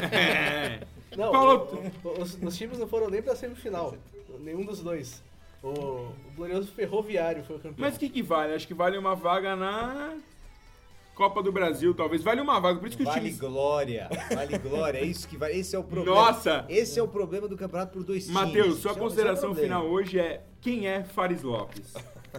A: É.
C: Não,
A: Paulo-
C: o- o- os, os times não foram nem pra semifinal. Nenhum dos dois. O, o glorioso Ferroviário foi o campeão.
A: Mas o que que vale? Acho que vale uma vaga na Copa do Brasil, talvez. Vale uma vaga, por isso que o
D: Vale
A: time...
D: glória, vale glória, é isso que vale. Esse é o problema.
A: Nossa!
D: Esse é o problema do campeonato por dois times.
A: Matheus, sua
D: Esse é o-
A: consideração
D: esse é o
A: final
D: problema.
A: hoje é quem é Fares Lopes?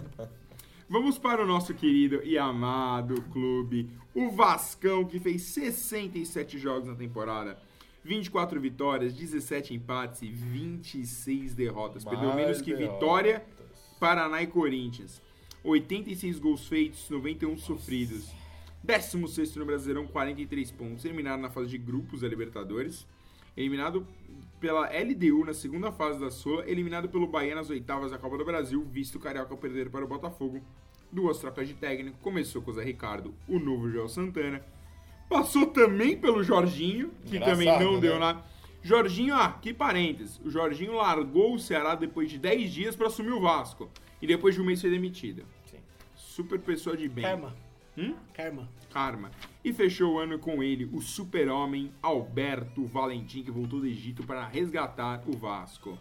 A: Vamos para o nosso querido e amado clube, o Vascão, que fez sessenta e sete jogos na temporada, vinte e quatro vitórias, dezessete empates e vinte e seis derrotas. Perdeu
B: Mais
A: menos que
B: derrotas.
A: Vitória, Paraná e Corinthians. oitenta e seis gols feitos, noventa e um sofridos. décimo sexto no Brasileirão, quarenta e três pontos. Eliminado na fase de grupos da Libertadores. Eliminado pela L D U na segunda fase da Sula. Eliminado pelo Bahia nas oitavas da Copa do Brasil. Visto o Carioca perder para o Botafogo. Duas trocas de técnico. Começou com o Zé Ricardo, o novo Joel Santana. Passou também pelo Jorginho, que
B: Engraçado,
A: também não
B: né?
A: deu nada. Jorginho, ah, que parênteses. O Jorginho largou o Ceará depois de dez dias pra assumir o Vasco. E depois de um mês foi demitido.
B: Sim.
A: Super pessoa de bem.
C: Karma.
A: Hum?
C: Karma.
A: Karma. E fechou o ano com ele, o super-homem Alberto Valentim, que voltou do Egito para resgatar o Vasco.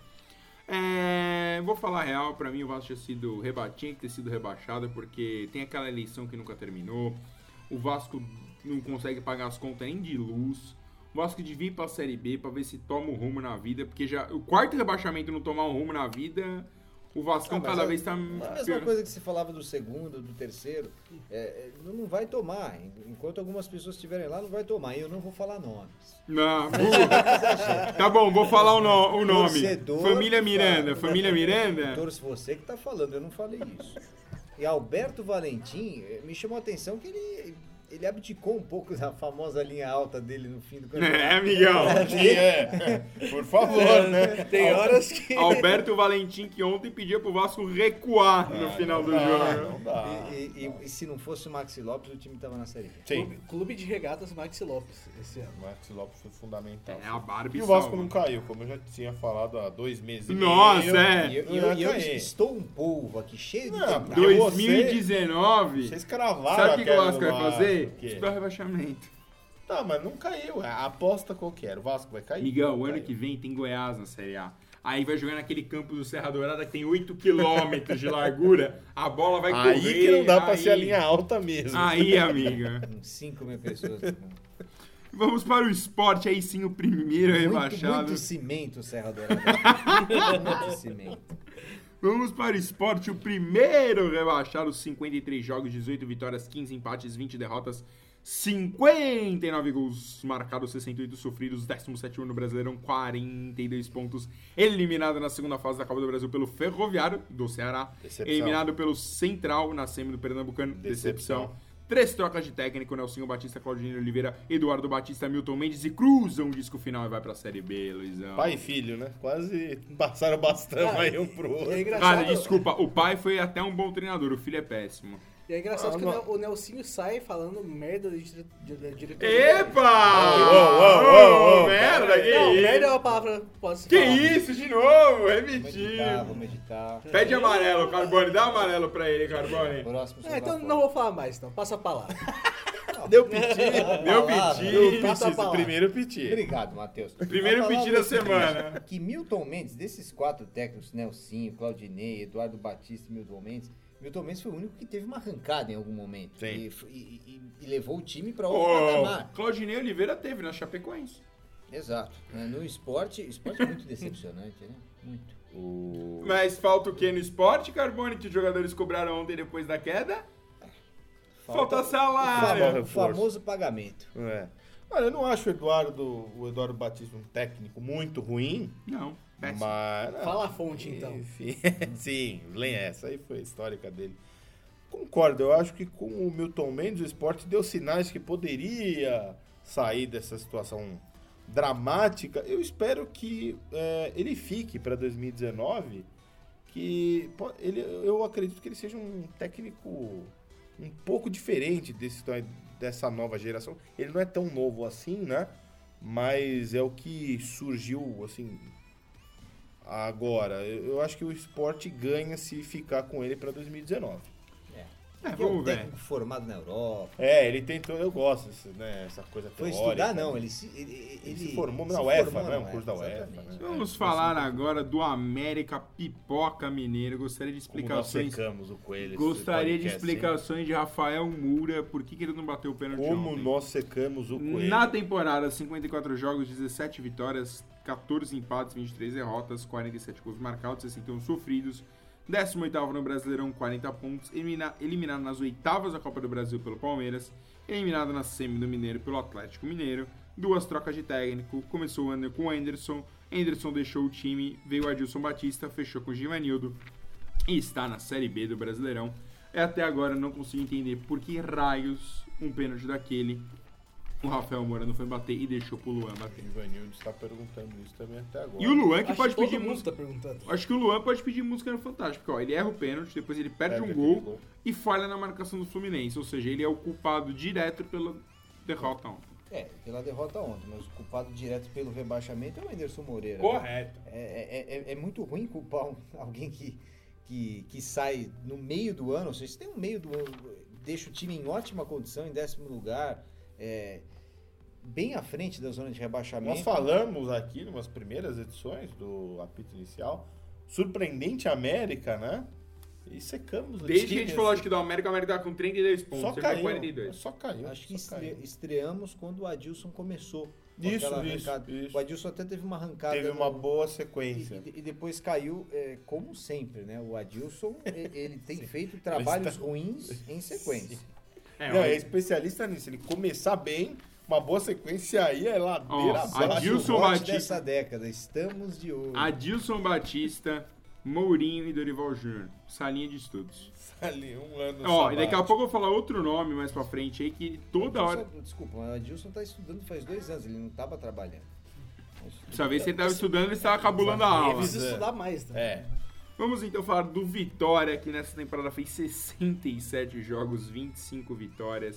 A: É, vou falar a real, pra mim o Vasco tinha, sido reba... tinha que ter sido rebaixado, porque tem aquela eleição que nunca terminou. O Vasco não consegue pagar as contas nem de luz. O Vasco devia ir pra Série B pra ver se toma um rumo na vida, porque já o quarto rebaixamento não tomar um rumo na vida, o Vascão
D: Ah, mas
A: cada
D: é-
A: vez tá
D: É a mesma
A: pior.
D: coisa que se falava do segundo, do terceiro. É, é, não não vai tomar. Enquanto algumas pessoas estiverem lá, não vai tomar. E eu não vou falar nomes.
A: Não, burro. Tá bom, vou falar o, no- o nome.
D: Torcedor
A: Família
D: que
A: Miranda.
D: fala.
A: Família Miranda.
D: Torce você que tá falando, eu não falei isso. E Alberto Valentim, eh, me chamou a atenção que ele, ele abdicou um pouco da famosa linha alta dele no fim do campeonato.
A: É, amigão.
B: É, por favor, né?
C: Tem horas que...
A: Alberto Valentim, que ontem pedia pro Vasco recuar no final do
B: Não dá,
A: jogo.
B: não dá.
D: E, e- e- e se não fosse o Maxi Lopes, o time tava na Série B.
B: Sim.
C: Clube, Clube de Regatas Maxi Lopes esse ano.
B: O Maxi Lopes foi fundamental.
A: É, a Barbie
B: E o Vasco
A: salva.
B: não caiu, como eu já tinha falado há dois meses e
A: Nossa,
B: meio.
A: é.
D: E eu,
B: Não
D: e eu-
B: ia
D: e eu
B: cair.
D: estou um polvo aqui, cheio de
B: Não,
D: tempo.
B: dois-
A: dois mil e dezenove.
B: Vocês cravaram
A: Sabe o que, que o
B: aquela
A: Vasco
B: do
A: vai fazer?
B: Vasco, o quê?
A: Esperar o rebaixamento.
B: Tá, mas não caiu. A aposta qualquer. O Vasco vai cair?
A: Migão, o
B: Não
A: ano
B: caiu.
A: que vem tem Goiás na Série A. Aí vai jogar naquele campo do Serra Dourada que tem oito quilômetros de largura. A bola vai correr.
B: Aí que não dá pra
A: aí-
B: ser a linha alta mesmo.
A: Aí, amiga.
D: Com cinco mil pessoas.
A: Vamos para o esporte, aí sim o primeiro
D: muito,
A: rebaixado.
D: muito cimento, Serra Dourada. muito cimento.
A: Vamos para o esporte, o primeiro rebaixado, cinquenta e três jogos, dezoito vitórias, quinze empates, vinte derrotas, cinquenta e nove gols marcados, sessenta e oito sofridos, décimo sétimo no Brasileirão, quarenta e dois pontos, eliminado na segunda fase da Copa do Brasil pelo Ferroviário do Ceará,
B: Decepção.
A: eliminado pelo Central na semi do Pernambucano, decepção.
B: Decepção.
A: Três trocas de técnico, Nelsinho Batista, Claudinei Oliveira, Eduardo Batista, Milton Mendes e cruzam o disco final e vai pra Série B, Luizão.
B: Pai e filho, né? Quase passaram bastão
C: Ah,
B: aí um pro
C: E é
B: outro.
C: engraçado,
A: Cara, desculpa, o pai foi até um bom treinador, o filho é péssimo.
C: e é engraçado
B: Ah,
C: que
B: não.
C: o Nel- o Nelsinho sai falando merda de, dire- de, de diretoria.
A: Epa!
B: Ô, ô, ô, ô,
A: merda,
B: pera aí.
A: que
C: Não,
A: isso?
C: merda é uma palavra que pode se
A: Que
C: falar.
A: isso, de novo,
D: Vamos
A: repetir.
D: editar, vamos editar.
A: Pede amarelo, Carbone, dá amarelo pra ele, Carbone.
D: Próximo
C: É, então
D: semáforo.
C: não vou falar mais, então. Passa a palavra.
B: Deu piti.
A: Deu
D: Palavra.
A: piti.
B: Deu
C: Passa a
B: piti.
C: palavra.
B: Primeiro piti.
D: Obrigado, Matheus.
A: Primeiro
D: A palavra
A: piti da
D: é o seguinte,
A: semana.
D: Que Milton Mendes, desses quatro técnicos, Nelsinho, Claudinei, Eduardo Batista e Milton Mendes, Milton Mendes foi o único que teve uma arrancada em algum momento.
B: Sim.
D: E, f- e- e- e levou o time para outro
A: Ô,
D: patamar.
A: Claudinei Oliveira teve na Chapecoense.
D: Exato. Né, no esporte, esporte é muito decepcionante, né? Muito.
B: O...
A: Mas falta o que no esporte, Carbone, que os jogadores cobraram ontem depois da queda? Falta
D: o
A: salário.
D: famo- o
B: reforço.
D: famoso pagamento.
B: É. Olha, eu não acho o Eduardo, o Eduardo Batista um técnico muito ruim,
A: Não, péssimo.
B: mas...
C: Fala a fonte, então.
B: Enfim, sim, lenha essa aí foi a histórica dele. Concordo, eu acho que com o Milton Mendes o esporte deu sinais que poderia sair dessa situação dramática. Eu espero que é, ele fique para dois mil e dezenove, que po- ele, eu acredito que ele seja um técnico um pouco diferente desse, dessa nova geração. Ele não é tão novo assim, né? Mas é o que surgiu, assim, agora. Eu eu acho que o esporte ganha se ficar com ele para dois mil e dezenove.
A: É,
D: Porque é um
A: vamos ver.
D: técnico formado na Europa.
B: É, ele tentou, eu gosto desse, né, essa coisa
D: Foi
B: teórica.
D: estudar, não.
B: né?
D: Ele se, ele,
B: Ele
D: ele
B: se formou na
D: se
B: UEFA,
D: formou
B: né?
D: na
B: Um curso da UEFA,
D: exatamente.
B: né?
A: Vamos
B: É,
A: falar
B: assim,
A: agora do América Pipoca Mineiro. Gostaria de
B: Como nós
A: explicações.
B: secamos o Coelho. esse
A: Gostaria de
B: podcast, hein?
A: explicações de Rafael Moura. Por que, que ele não bateu o pênalti
B: Como
A: ontem?
B: nós secamos o Coelho.
A: Na temporada, cinquenta e quatro jogos, dezessete vitórias, quatorze empates, vinte e três derrotas, quarenta e sete gols marcados, sessenta e um sofridos. décimo oitavo no Brasileirão, quarenta pontos. Elimina, eliminado nas oitavas da Copa do Brasil pelo Palmeiras. Eliminado na semi do Mineiro pelo Atlético Mineiro. Duas trocas de técnico. Começou o ano com o Anderson. Anderson deixou o time. Veio o Adilson Batista. Fechou com o Givanildo. E está na Série B do Brasileirão. E até agora não consigo entender por que raios um pênalti daquele o Rafael Moura não foi bater e deixou pro Luan
B: O
A: bater.
B: Ivanildo está perguntando isso também até agora.
A: E o Luan que
C: Acho
A: pode
C: todo
A: pedir
C: mundo
A: música.
C: tá perguntando.
A: Acho que o Luan pode pedir música no Fantástico. Ó, ele erra o pênalti, depois ele perde
B: Perde
A: um
B: aquele
A: gol,
B: gol.
A: e falha na marcação do Fluminense. Ou seja, ele é o culpado direto pela derrota ontem.
D: É, pela derrota ontem, mas o culpado direto pelo rebaixamento é o Anderson Moreira.
A: Correto.
D: Né? É, é, é, é muito ruim culpar um, alguém que, que, que sai no meio do ano, ou seja, você tem um meio do ano, deixa o time em ótima condição, em décimo lugar, é, bem à frente da zona de rebaixamento.
B: Nós falamos aqui, numas primeiras edições do apito inicial, surpreendente América, né? E secamos o
A: Desde
B: time,
A: que a gente falou,
B: assim.
A: acho que do América, o América tá com trinta e dois pontos.
B: Só
A: você
B: caiu,
A: com quarenta e dois.
B: só caiu.
D: Acho que
B: só
D: estre-
B: caiu.
D: estreamos quando o Adilson começou. com
B: Isso,
D: aquela
B: isso,
D: arrancada.
B: isso.
D: O Adilson até teve uma arrancada.
B: Teve uma
D: no-
B: boa
D: E,
B: sequência.
D: e- e depois caiu, é, como sempre, né? O Adilson, e- ele tem feito trabalhos
B: tá-
D: ruins em sequência.
A: É,
B: Não,
A: ó,
B: é especialista nisso. Ele começar bem, uma boa sequência aí é ladeira
A: Ó,
B: abaixo.
A: Adilson
D: O bote
A: Batista-
D: dessa década, estamos de olho.
A: Adilson Batista, Mourinho e Dorival Júnior. Salinha de estudos.
B: Ali, um ano
A: Ó, e daqui a
B: sabático.
A: pouco eu vou falar outro nome mais pra frente aí que toda hora.
D: Adilson- Desculpa, mas o Adilson tá estudando faz dois anos, ele não tava trabalhando.
A: Dessa vez você tava estudando e estava cabulando a
C: Eu
A: aula.
C: preciso
B: é.
C: estudar mais, né?
B: É.
A: Vamos então falar do Vitória, que nessa temporada fez sessenta e sete jogos, vinte e cinco vitórias,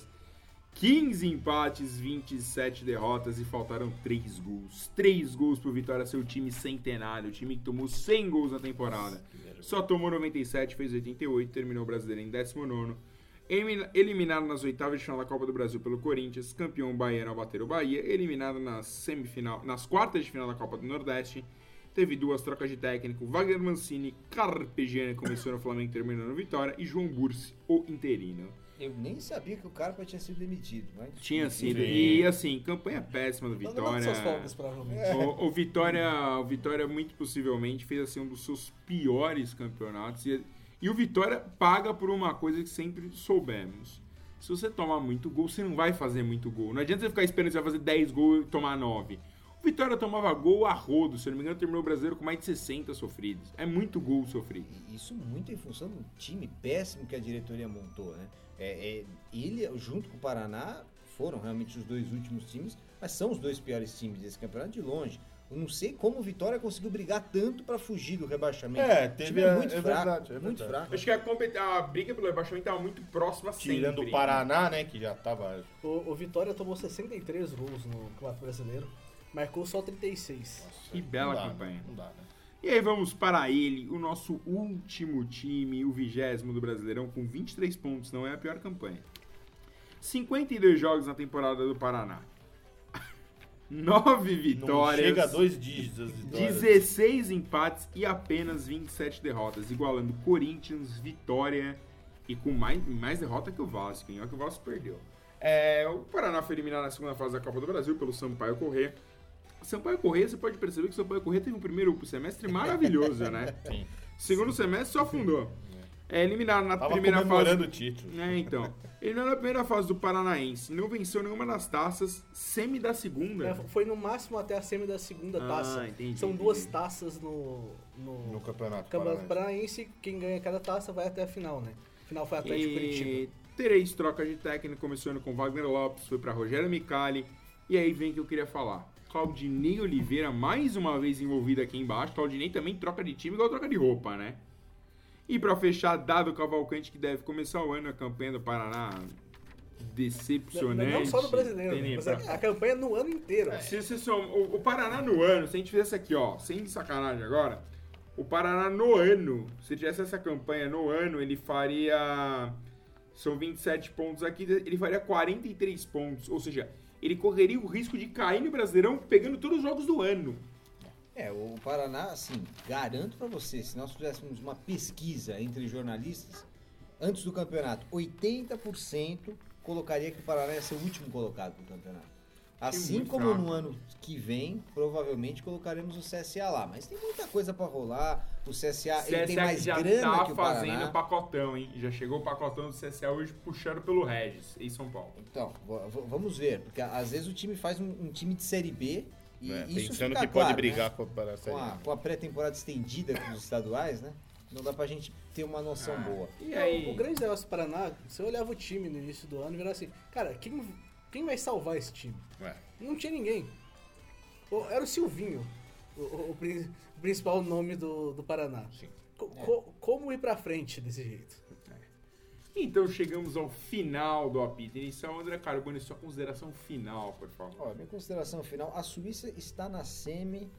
A: quinze empates, vinte e sete derrotas e faltaram três gols. três gols pro Vitória ser o time centenário, o time que tomou cem gols na temporada. Só tomou noventa e sete, fez oitenta e oito, terminou o Brasileiro em décimo nono. Elimina- Eliminado nas oitavas de final da Copa do Brasil pelo Corinthians, campeão baiano ao bater o Bahia, eliminado nas, semifinal, nas quartas de final da Copa do Nordeste. Teve duas trocas de técnico, Wagner Mancini, Carpegiani começou no Flamengo, terminou no Vitória, e João Bursi, o interino.
D: Eu nem sabia que o Carpa tinha sido demitido. Mas...
A: Tinha sido.
B: Sim.
A: E assim, campanha péssima do
C: Então, levanta
A: Vitória.
C: suas folgas, provavelmente.
A: O, o Vitória, o Vitória muito possivelmente fez assim um dos seus piores campeonatos e, e o Vitória paga por uma coisa que sempre soubemos. Se você tomar muito gol, você não vai fazer muito gol. Não adianta você ficar esperando que você vai fazer dez gols e tomar nove. O Vitória tomava gol a rodo, se eu não me engano, terminou o Brasileiro com mais de sessenta sofridos. É muito gol sofrido.
D: E Isso muito em função do time péssimo que a diretoria montou, né? É, é, ele, junto com o Paraná, foram realmente os dois últimos times, mas são os dois piores times desse campeonato de longe. Eu não sei como o Vitória conseguiu brigar tanto pra fugir do rebaixamento.
B: É,
D: O time
B: teve
D: é
B: a-
D: muito
B: é
D: fraco,
B: verdade, é
D: muito
B: verdade.
D: fraco.
A: Acho que a, compet- a briga pelo rebaixamento estava muito próxima
B: Tirando
A: sempre.
B: o Paraná, né, que já tava...
C: O, o Vitória tomou sessenta e três gols no Campeonato Brasileiro, marcou só trinta e seis.
A: Que bela
B: Não dá,
A: campanha.
B: né? Não dá, né?
A: E aí vamos para ele, o nosso último time, o vigésimo do Brasileirão, com vinte e três pontos, não é a pior campanha. cinquenta e dois jogos na temporada do Paraná. nove
B: Não
A: vitórias,
B: chega a dois dígitos as vitórias.
A: dezesseis empates e apenas vinte e sete derrotas, igualando Corinthians, Vitória e com mais, mais derrota que o Vasco, hein? Olha que o Vasco perdeu. É, o Paraná foi eliminado na segunda fase da Copa do Brasil pelo Sampaio Corrêa. Sampaio Corrêa, você pode perceber que o Sampaio Corrêa teve um primeiro semestre maravilhoso, né?
B: Sim.
A: Segundo semestre só afundou. É eliminado na
B: Tava
A: primeira
B: comemorando
A: fase.
B: o título.
A: É, então. Eliminado na primeira fase do Paranaense. Não venceu nenhuma das taças. Semi da segunda.
C: É, foi no máximo até a semi da segunda
A: Ah,
C: taça.
A: entendi,
C: São duas
A: entendi.
C: taças no, no,
B: No Campeonato
C: Campeonato
B: Paranaense.
C: Paranaense. Quem ganha cada taça vai até a final, né? A final foi Atlético Curitiba.
A: E três trocas de técnico, começando com Wagner Lopes, foi para Rogério Micali. E aí vem o que eu queria falar. Claudinei Oliveira, mais uma vez envolvido aqui embaixo. Claudinei também troca de time igual troca de roupa, né? E para fechar, Dado Cavalcante, que deve começar o ano, a campanha do Paraná decepcionante.
C: Não só no brasileiro,
A: Tem nem
C: mas
A: pra-
C: a, a campanha no ano inteiro.
A: Se você soma, o, o Paraná no ano, se a gente fizesse aqui, ó, sem sacanagem agora, o Paraná no ano, se tivesse essa campanha no ano, ele faria. São vinte e sete pontos aqui, ele faria quarenta e três pontos. Ou seja, ele correria o risco de cair no Brasileirão pegando todos os jogos do ano.
D: É, o Paraná, assim, garanto pra você, se nós fizéssemos uma pesquisa entre jornalistas, antes do campeonato, oitenta por cento colocaria que o Paraná ia ser o último colocado no campeonato. Assim
A: muito
D: como
A: fraco.
D: no ano que vem, provavelmente colocaremos o C S A lá. Mas tem muita coisa pra rolar. O C S A, ele tem mais
A: já
D: grana
A: tá
D: que o
A: fazendo
D: Paraná.
A: pacotão, hein? Já chegou o pacotão do C S A hoje puxando pelo Regis, em São Paulo.
D: Então, v- v- vamos ver. Porque às vezes o time faz um, um time de Série B e
B: É,
D: isso
B: pensando
D: fica
B: que pode
D: claro,
B: brigar
D: né?
B: com a, para a Série
D: Com a,
B: A.
D: com a pré-temporada estendida com os estaduais, né? Não dá pra gente ter uma noção
A: Ah.
D: boa.
A: E
C: Não,
A: aí?
C: O grande negócio do Paraná, você olhava o time no início do ano e virava assim, cara, quem, quem vai salvar esse time?
B: É.
C: Não tinha ninguém. O- Era o Silvinho, o, o- o prin- o principal nome do, do Paraná.
B: Sim.
C: Co- co- como ir pra frente desse jeito?
A: Então chegamos ao final do apito inicial. André Carbone, sua consideração final, por favor.
D: Ó, minha consideração final, a Suíça está na semi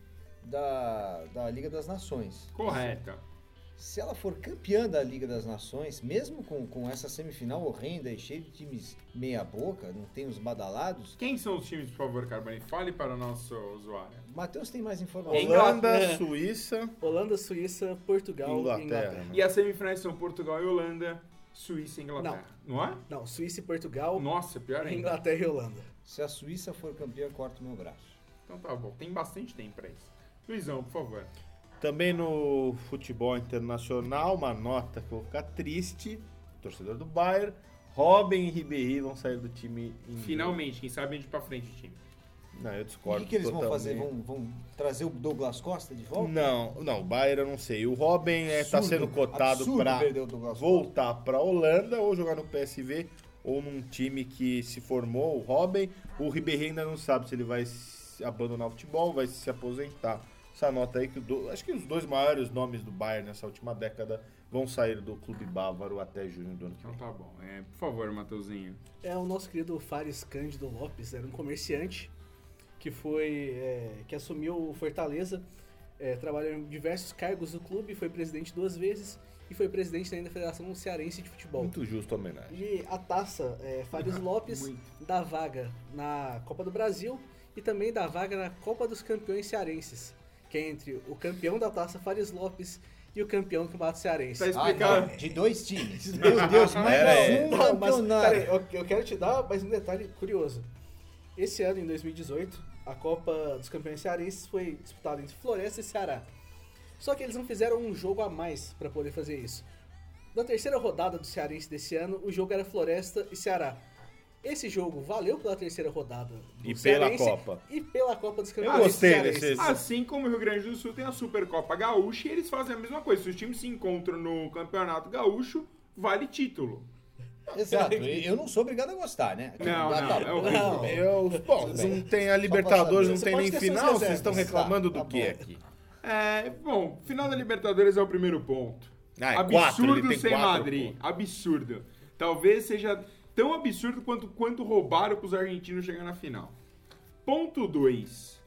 D: da, da Liga das Nações.
A: Correta.
D: Se ela for campeã da Liga das Nações, mesmo com, com essa semifinal horrenda e cheia de times meia boca, não tem os badalados,
A: Quem são os times, por favor, Carbone? Fale para o nosso usuário.
D: o Matheus tem mais informações.
B: Holanda,
C: Inglaterra.
B: Suíça,
C: Holanda, Suíça, Portugal
B: Inglaterra.
C: e Inglaterra.
A: E as semifinais são Portugal e Holanda, Suíça e Inglaterra. Não, é?
C: Não, Suíça e Portugal,
A: Nossa, pior ainda.
C: Inglaterra e Holanda.
D: Se a Suíça for campeã, corta o meu braço.
A: Então tá bom, tem bastante tempo pra isso. Luizão, por favor.
B: Também no futebol internacional, uma nota que eu vou ficar triste. Torcedor do Bayern, Robben e Ribéry vão sair do time inglês.
A: Finalmente, quem sabe a gente pra frente do time.
B: Não, eu
D: O
B: discordo
D: que, que eles vão
B: totalmente.
D: fazer? Vão, vão trazer o Douglas Costa de volta?
B: Não, não, o Bayern eu não sei. O Robben está
D: Absurdo,
B: sendo cotado
D: absurdo
B: para
D: perder o Douglas
B: voltar para a Holanda ou jogar no P S V ou num time que se formou, o Robben. O Ribéry ainda não sabe se ele vai se abandonar o futebol, vai se aposentar. Essa nota aí que o do... acho que os dois maiores nomes do Bayern nessa última década vão sair do clube bávaro até junho do ano que
A: Então
B: vem.
A: tá bom. É, por favor, Matheusinho.
C: É o nosso querido Fares Cândido Lopes, era um comerciante que foi é, que assumiu o Fortaleza, é, trabalhou em diversos cargos do clube, foi presidente duas vezes e foi presidente também da Federação Cearense de Futebol.
B: Muito justa a homenagem.
C: E a taça é, Fares Lopes
A: Muito.
C: dá vaga na Copa do Brasil e também dá vaga na Copa dos Campeões Cearenses, que é entre o campeão da taça Fares Lopes e o campeão do Campeonato Cearense.
A: Tá
D: Ah,
A: explicado.
D: não, de dois times. Meu Deus, mas
B: Pera aí.
D: um
C: Não, mas,
D: campeonato.
C: peraí, eu, eu quero te dar mais um detalhe curioso. Esse ano, em dois mil e dezoito, a Copa dos Campeões Cearenses foi disputada entre Floresta e Ceará. Só que eles não fizeram um jogo a mais para poder fazer isso. Na terceira rodada do Cearense desse ano, o jogo era Floresta e Ceará. Esse jogo valeu pela terceira rodada do
B: E pela
C: Cearense
B: Copa.
C: e pela Copa dos
B: Eu
C: Campeões
B: gostei
C: Cearenses.
B: desse-
A: Assim como o Rio Grande do Sul tem a Supercopa Gaúcha e eles fazem a mesma coisa. Se os times se encontram no Campeonato Gaúcho, vale título.
D: Exato, e eu não sou obrigado a gostar, né?
A: Não,
D: Ah,
A: não,
D: tá.
A: é horrível.
C: Não.
B: Eu, bom,
D: Tudo bem.
B: não tem a Libertadores,
D: Só
B: não
C: Você
B: tem
C: pode
B: nem
C: ter suas
B: final,
C: reservas.
B: vocês estão reclamando
D: Tá,
B: do
D: tá
B: que
D: bom.
B: aqui?
A: É, bom, final da Libertadores é o primeiro ponto.
B: Ah, é
A: Absurdo
B: quatro, ele tem
A: sem
B: quatro
A: Madrid.
B: pontos.
A: Absurdo. Talvez seja tão absurdo quanto, quanto roubaram para os argentinos chegar na final. Ponto dois.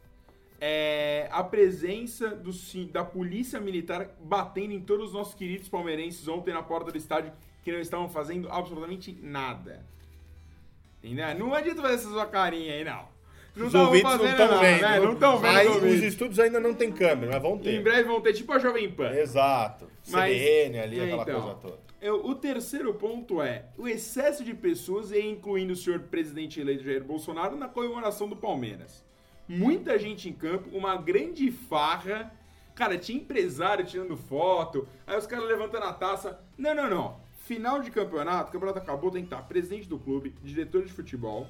A: É a presença do, ci- da polícia militar batendo em todos os nossos queridos palmeirenses ontem na porta do estádio que não estavam fazendo absolutamente nada. Entendeu? Não adianta fazer essa sua carinha aí, não. Não
B: Os
A: tavam
B: ouvintes não
A: fazendo
B: estão
A: nada,
B: vendo.
A: né? Não estão vendo
B: Mas
A: os
B: os
A: ouvintes.
B: estúdios ainda não tem câmera, mas vão
A: Em
B: ter.
A: breve vão ter tipo a Jovem Pan.
B: Exato.
A: Mas-
B: C B N ali,
A: É,
B: aquela
A: então.
B: coisa toda.
A: Eu- o terceiro ponto é o excesso de pessoas, e incluindo o senhor presidente eleito Jair Bolsonaro, na comemoração do Palmeiras. Muita gente em campo, uma grande farra. Cara, tinha empresário tirando foto, aí os caras levantando a taça. Não, não, não. Final de campeonato, o campeonato acabou, tem que estar presidente do clube, diretor de futebol,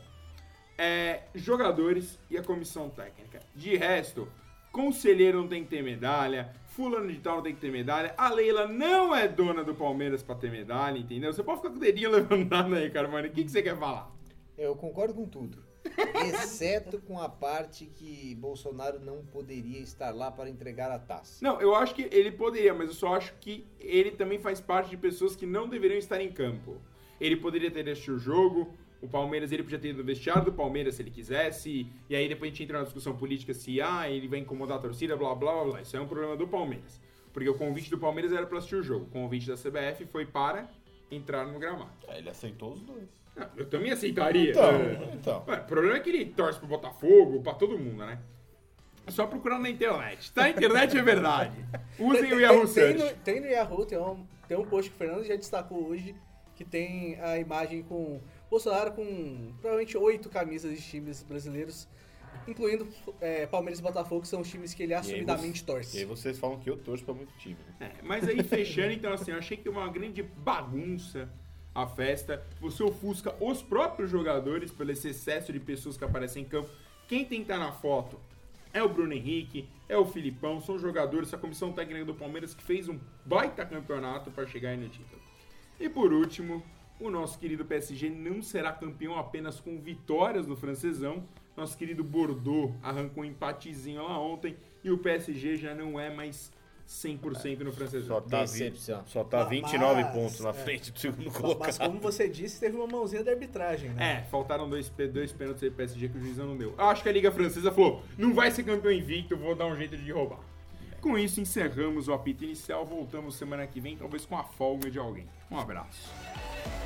A: é, jogadores e a comissão técnica. De resto, conselheiro não tem que ter medalha, fulano de tal não tem que ter medalha, a Leila não é dona do Palmeiras pra ter medalha, entendeu? Você pode ficar com o dedinho levantado aí, Carmani. O que, que você quer falar?
D: Eu concordo com tudo. Exceto com a parte que Bolsonaro não poderia estar lá para entregar a taça.
A: Não, eu acho que ele poderia, mas eu só acho que ele também faz parte de pessoas que não deveriam estar em campo. Ele poderia ter assistido o jogo, o Palmeiras, ele podia ter ido no vestiário do Palmeiras se ele quisesse, e aí depois a gente entra na discussão política se, ah, ele vai incomodar a torcida, blá, blá, blá, blá. Isso é um problema do Palmeiras. Porque o convite do Palmeiras era para assistir o jogo, o convite da C B F foi para entrar no gramado.
B: É, ele aceitou os dois.
A: Ah, eu também aceitaria.
B: Então,
A: É.
B: então.
A: Ué, o problema é que ele torce pro Botafogo, pra todo mundo, né? É só procurar na internet. Tá na internet é verdade. Usem o Yahoo
C: Tem, tem,
A: Search.
C: no, tem no Yahoo, tem um, tem um post que o Fernando já destacou hoje, que tem a imagem com Bolsonaro com provavelmente oito camisas de times brasileiros, incluindo é, Palmeiras e Botafogo, que são os times que ele assumidamente
B: E aí
C: torce.
B: vocês falam que eu torço pra muito time. Né?
A: É, mas aí fechando, então assim, eu achei que uma grande bagunça a festa. Você ofusca os próprios jogadores pelo esse excesso de pessoas que aparecem em campo. Quem tem que estar na foto é o Bruno Henrique, é o Filipão, são jogadores, a comissão técnica do Palmeiras que fez um baita campeonato para chegar aí no título. E por último, o nosso querido P S G não será campeão apenas com vitórias no francesão. Nosso querido Bordeaux arrancou um empatezinho lá ontem e o P S G já não é mais cem por cento no francês.
B: Só tá, vi,
D: Decepção.
B: só tá
C: Mas-
B: vinte e nove
C: mas-
B: pontos na
C: é.
B: frente do segundo
C: Mas
B: colocado.
C: como você disse, teve uma mãozinha da arbitragem, né?
A: É, faltaram dois, pe- dois pênaltis aí pro P S G que o juizão não deu. Eu acho que a Liga Francesa falou, não vai ser campeão invicto, eu vou dar um jeito de roubar. Com isso, encerramos o apito inicial, voltamos semana que vem, talvez com a folga de alguém. Um abraço.